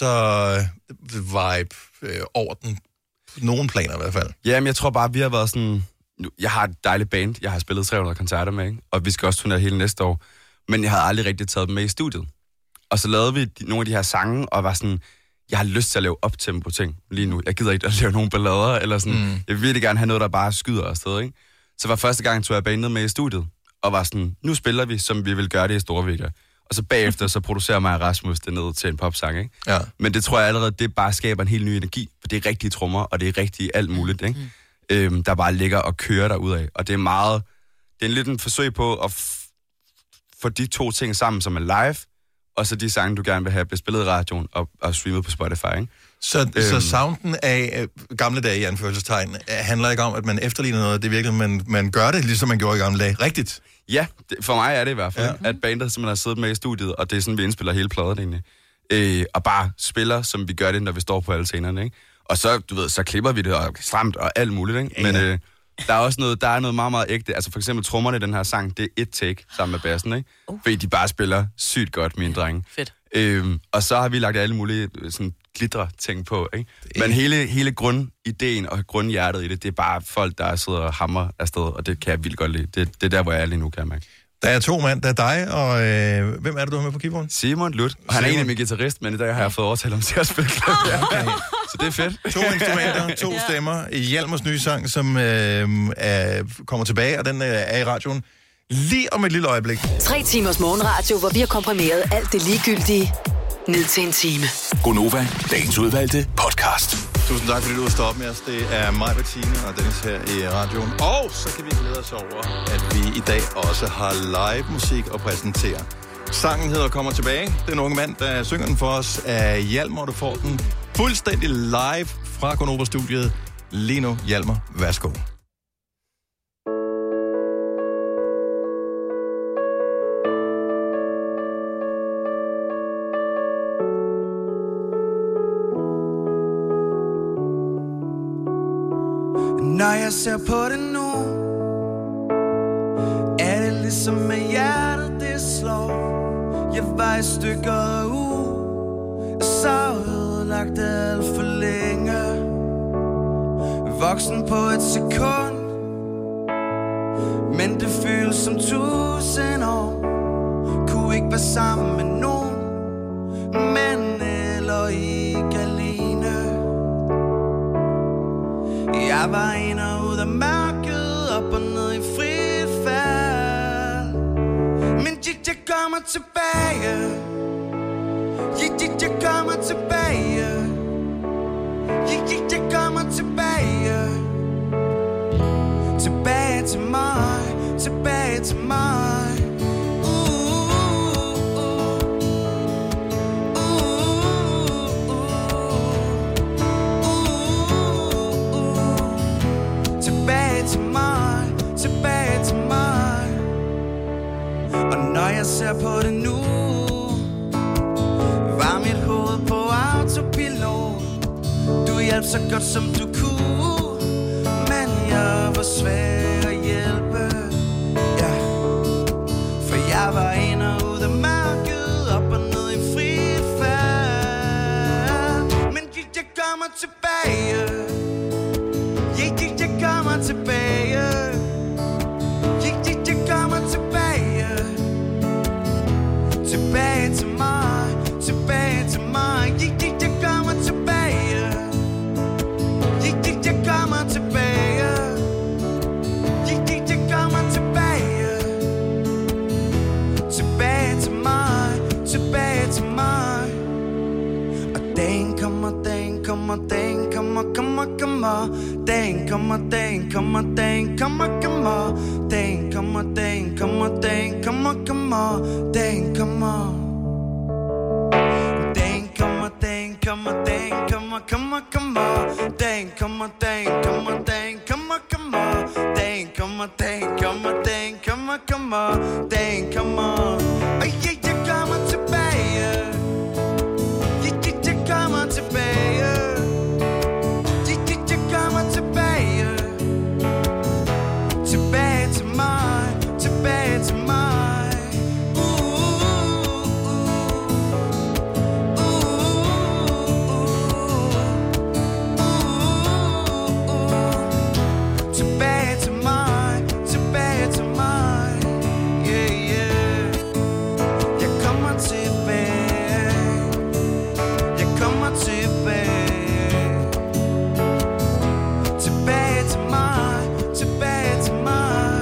Speaker 1: 80'er-vibe over den. Nogle planer i hvert fald.
Speaker 13: Jamen, jeg tror bare, vi har været sådan... Jeg har et dejligt band, jeg har spillet 300 koncerter med, ikke? Og vi skal også turnere hele næste år. Men jeg havde aldrig rigtig taget dem med i studiet. Og så lavede vi nogle af de her sange, og var sådan... Jeg har lyst til at lave optempo ting lige nu. Jeg gider ikke at lave nogle ballader, eller sådan... Jeg vil virkelig gerne have noget, der bare skyder afsted, ikke? Så var første gang, tog jeg bandet med i studiet, og var sådan, nu spiller vi, som vi vil gøre det i Storvika. Og så bagefter, så producerer mig og Rasmus det ned til en popsang, ikke? Ja. Men det tror jeg allerede, det bare skaber en helt ny energi, for det er rigtige trommer, og det er rigtigt alt muligt, ikke? Der bare ligger og kører derudad. Og det er meget... Det er lidt en forsøg på at få de to ting sammen, som er live, og så de sange, du gerne vil have, bliver spillet i radioen og streamet på Spotify, ikke?
Speaker 1: Så sounden af gamle dage i anførselstegn handler ikke om, at man efterligner noget, det er virkelig, man gør det, ligesom man gjorde i gamle dage. Rigtigt?
Speaker 13: Ja, for mig er det i hvert fald, at bandet simpelthen har siddet med i studiet, og det er sådan, vi indspiller hele pladen egentlig. Og bare spiller, som vi gør det, når vi står på alle scenerne, ikke? Og så, du ved, så klipper vi det, og stramt og alt muligt, ikke? Men der er også noget, meget, meget ægte. Altså for eksempel trommerne i den her sang, det er et take sammen med bassen, ikke? Fordi de bare spiller sygt godt, mine drenge.
Speaker 2: Fedt.
Speaker 13: Og så har vi lagt alle mulige sådan glitre ting på, ikke? Men hele grundideen og grundhjertet i det, det er bare folk, der sidder og hammer afsted, og det kan jeg vildt godt lide. Det er der, hvor jeg er lige nu, kan jeg mærke.
Speaker 1: Der er to mand, der er dig, og hvem er det, du har med på keyboard?
Speaker 13: Simon Lut. Han er egentlig min guitarist, men i dag har jeg fået overtalt om til at spille klaver. Så det er fedt.
Speaker 1: 2 instrumenter, 2 stemmer. Hjalmars nye sang, som kommer tilbage, og den er i radioen lige om et lille øjeblik.
Speaker 4: 3 timers morgenradio, hvor vi har komprimeret alt det ligegyldige ned til en time.
Speaker 7: Gonova, dagens udvalgte podcast.
Speaker 1: Tusind tak, fordi du har stået op med os. Det er mig, Bettine og Dennis her i radioen. Og så kan vi glæde os over, at vi i dag også har live musik at præsentere. Sangen hedder Kommer tilbage. Den unge mand, der synger den for os, er Hjalmar. Du får den fuldstændig live fra Gonova-studiet. Lige nu, Hjalmar, værsgo.
Speaker 14: Når jeg ser på det nu, er det ligesom med hjertet det slår. Jeg var i stykker så ødelagt alt for længe. Voksen på et sekund, men det føles som 1000 år. Kunne ikke være sammen med nogen, men eller ikke alene. Jeg var ind og ud af mørket, op og ned i frit fald. Men jeg kommer tilbage. Jeg kommer tilbage. Jeg kommer tilbage. Tilbage til mig. Tilbage til mig. Tilbage til mig. Og når jeg ser på det nu, var mit hoved på autopilot. Du hjalp så godt som du kunne, men jeg var svær at hjælpe. Ja, for jeg var ind og ud af mørket, op og ned i frit fald. Men jeg kommer tilbage. Jeg kommer tilbage. Jeg kommer tilbage. Tilbage til mig. Tilbage til mig. Jeg kommer tilbage. Jeg kommer tilbage. Jeg kommer tilbage. Tilbage til mig. Tilbage til mig. Og dagen kommer. Dagen kommer. Dagen kommer. Dagen kommer. Dagen kommer. Dagen kommer. Dagen kommer. Dagen kommer. Dagen kommer. Dagen kommer. Dagen kommer. Dagen kommer. Dagen kommer. Dagen kommer. Dagen kommer. Dagen kommer. Dagen kommer. Dagen kommer. Dagen kommer. Dagen kommer. Og jeg kommer tilbage. Jeg kommer tilbage. Jeg kommer tilbage. Tilbage til mig. Tilbage til mig. Tilbage til mig. Tilbage til mig. Yeah, yeah. Jeg kommer tilbage. Jeg kommer tilbage. Tilbage til mig. Tilbage til mig.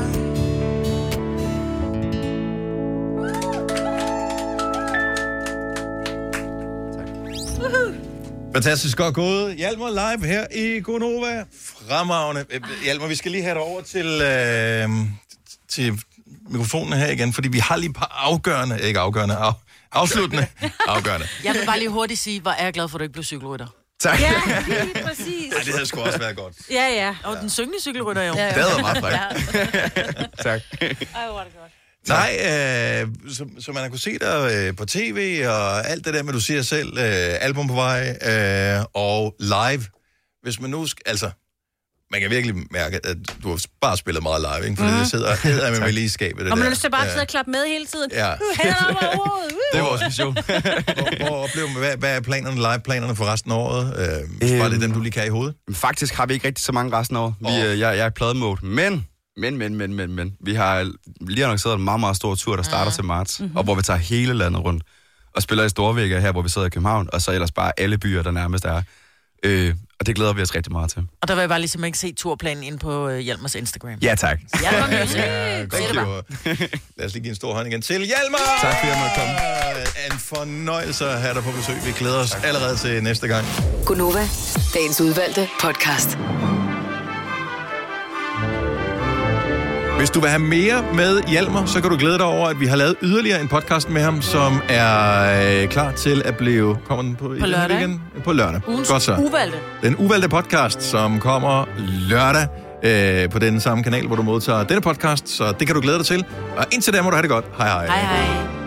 Speaker 1: Fantastisk godt gået. Hjalmar live her i Gonova. Fremragende. Hjalmar, vi skal lige have dig over til mikrofonen her igen, fordi vi har lige et par afsluttende afgørende.
Speaker 2: Jeg vil bare lige hurtigt sige, hvor er jeg glad for, at du ikke blev cykelrytter.
Speaker 1: Tak.
Speaker 3: Ja, lige præcis.
Speaker 1: Ej, det havde sgu også været godt.
Speaker 3: Ja.
Speaker 2: Og den syngende cykelrytter, jo.
Speaker 3: Ja.
Speaker 1: Det havde været meget frækt. Tak.
Speaker 3: Ej, hvor var det godt.
Speaker 1: Nej, så man har kunne se dig på tv og alt det der med, du siger selv, album på vej og live. Hvis man nu altså, man kan virkelig mærke, at du har bare spillet meget live, ikke? Fordi det sidder med lige i skabet.
Speaker 3: Og man har lyst til bare at sidde og klappe med hele tiden.
Speaker 1: Ja.
Speaker 13: Det er vores mission.
Speaker 1: Hvor oplever man, hvad er planerne, live-planerne for resten af året? Var det dem, du lige kan i hovedet?
Speaker 13: Faktisk har vi ikke rigtig så mange resten af året. Jeg er i plademode, men vi har lige annonceret en meget, meget stor tur, der starter til marts, og hvor vi tager hele landet rundt og spiller i Storvægger her, hvor vi sidder i København, og så ellers bare alle byer, der nærmest er. Og det glæder vi os rigtig meget til.
Speaker 2: Og der vil jeg bare ligesom ikke se turplanen ind på Hjalmars Instagram.
Speaker 13: Ja, tak.
Speaker 2: Hjalmar Music.
Speaker 1: Thank you. Lad os lige give en stor hånd igen til Hjalmar!
Speaker 13: Tak fordi jeg måtte komme.
Speaker 1: En fornøjelse at have dig på besøg. Vi glæder os allerede til næste gang.
Speaker 4: Gonova, dagens udvalgte podcast.
Speaker 1: Hvis du vil have mere med Hjalmar, så kan du glæde dig over, at vi har lavet yderligere en podcast med ham, som er klar til at blive... Kommer den på
Speaker 2: lørdag?
Speaker 1: Igen? På lørdag.
Speaker 3: Ugens
Speaker 1: Godt så.
Speaker 3: uvalgte.
Speaker 1: Den uvalgte podcast, som kommer lørdag på den samme kanal, hvor du modtager denne podcast. Så det kan du glæde dig til. Og indtil da må du have det godt. Hej hej.
Speaker 3: Hej hej.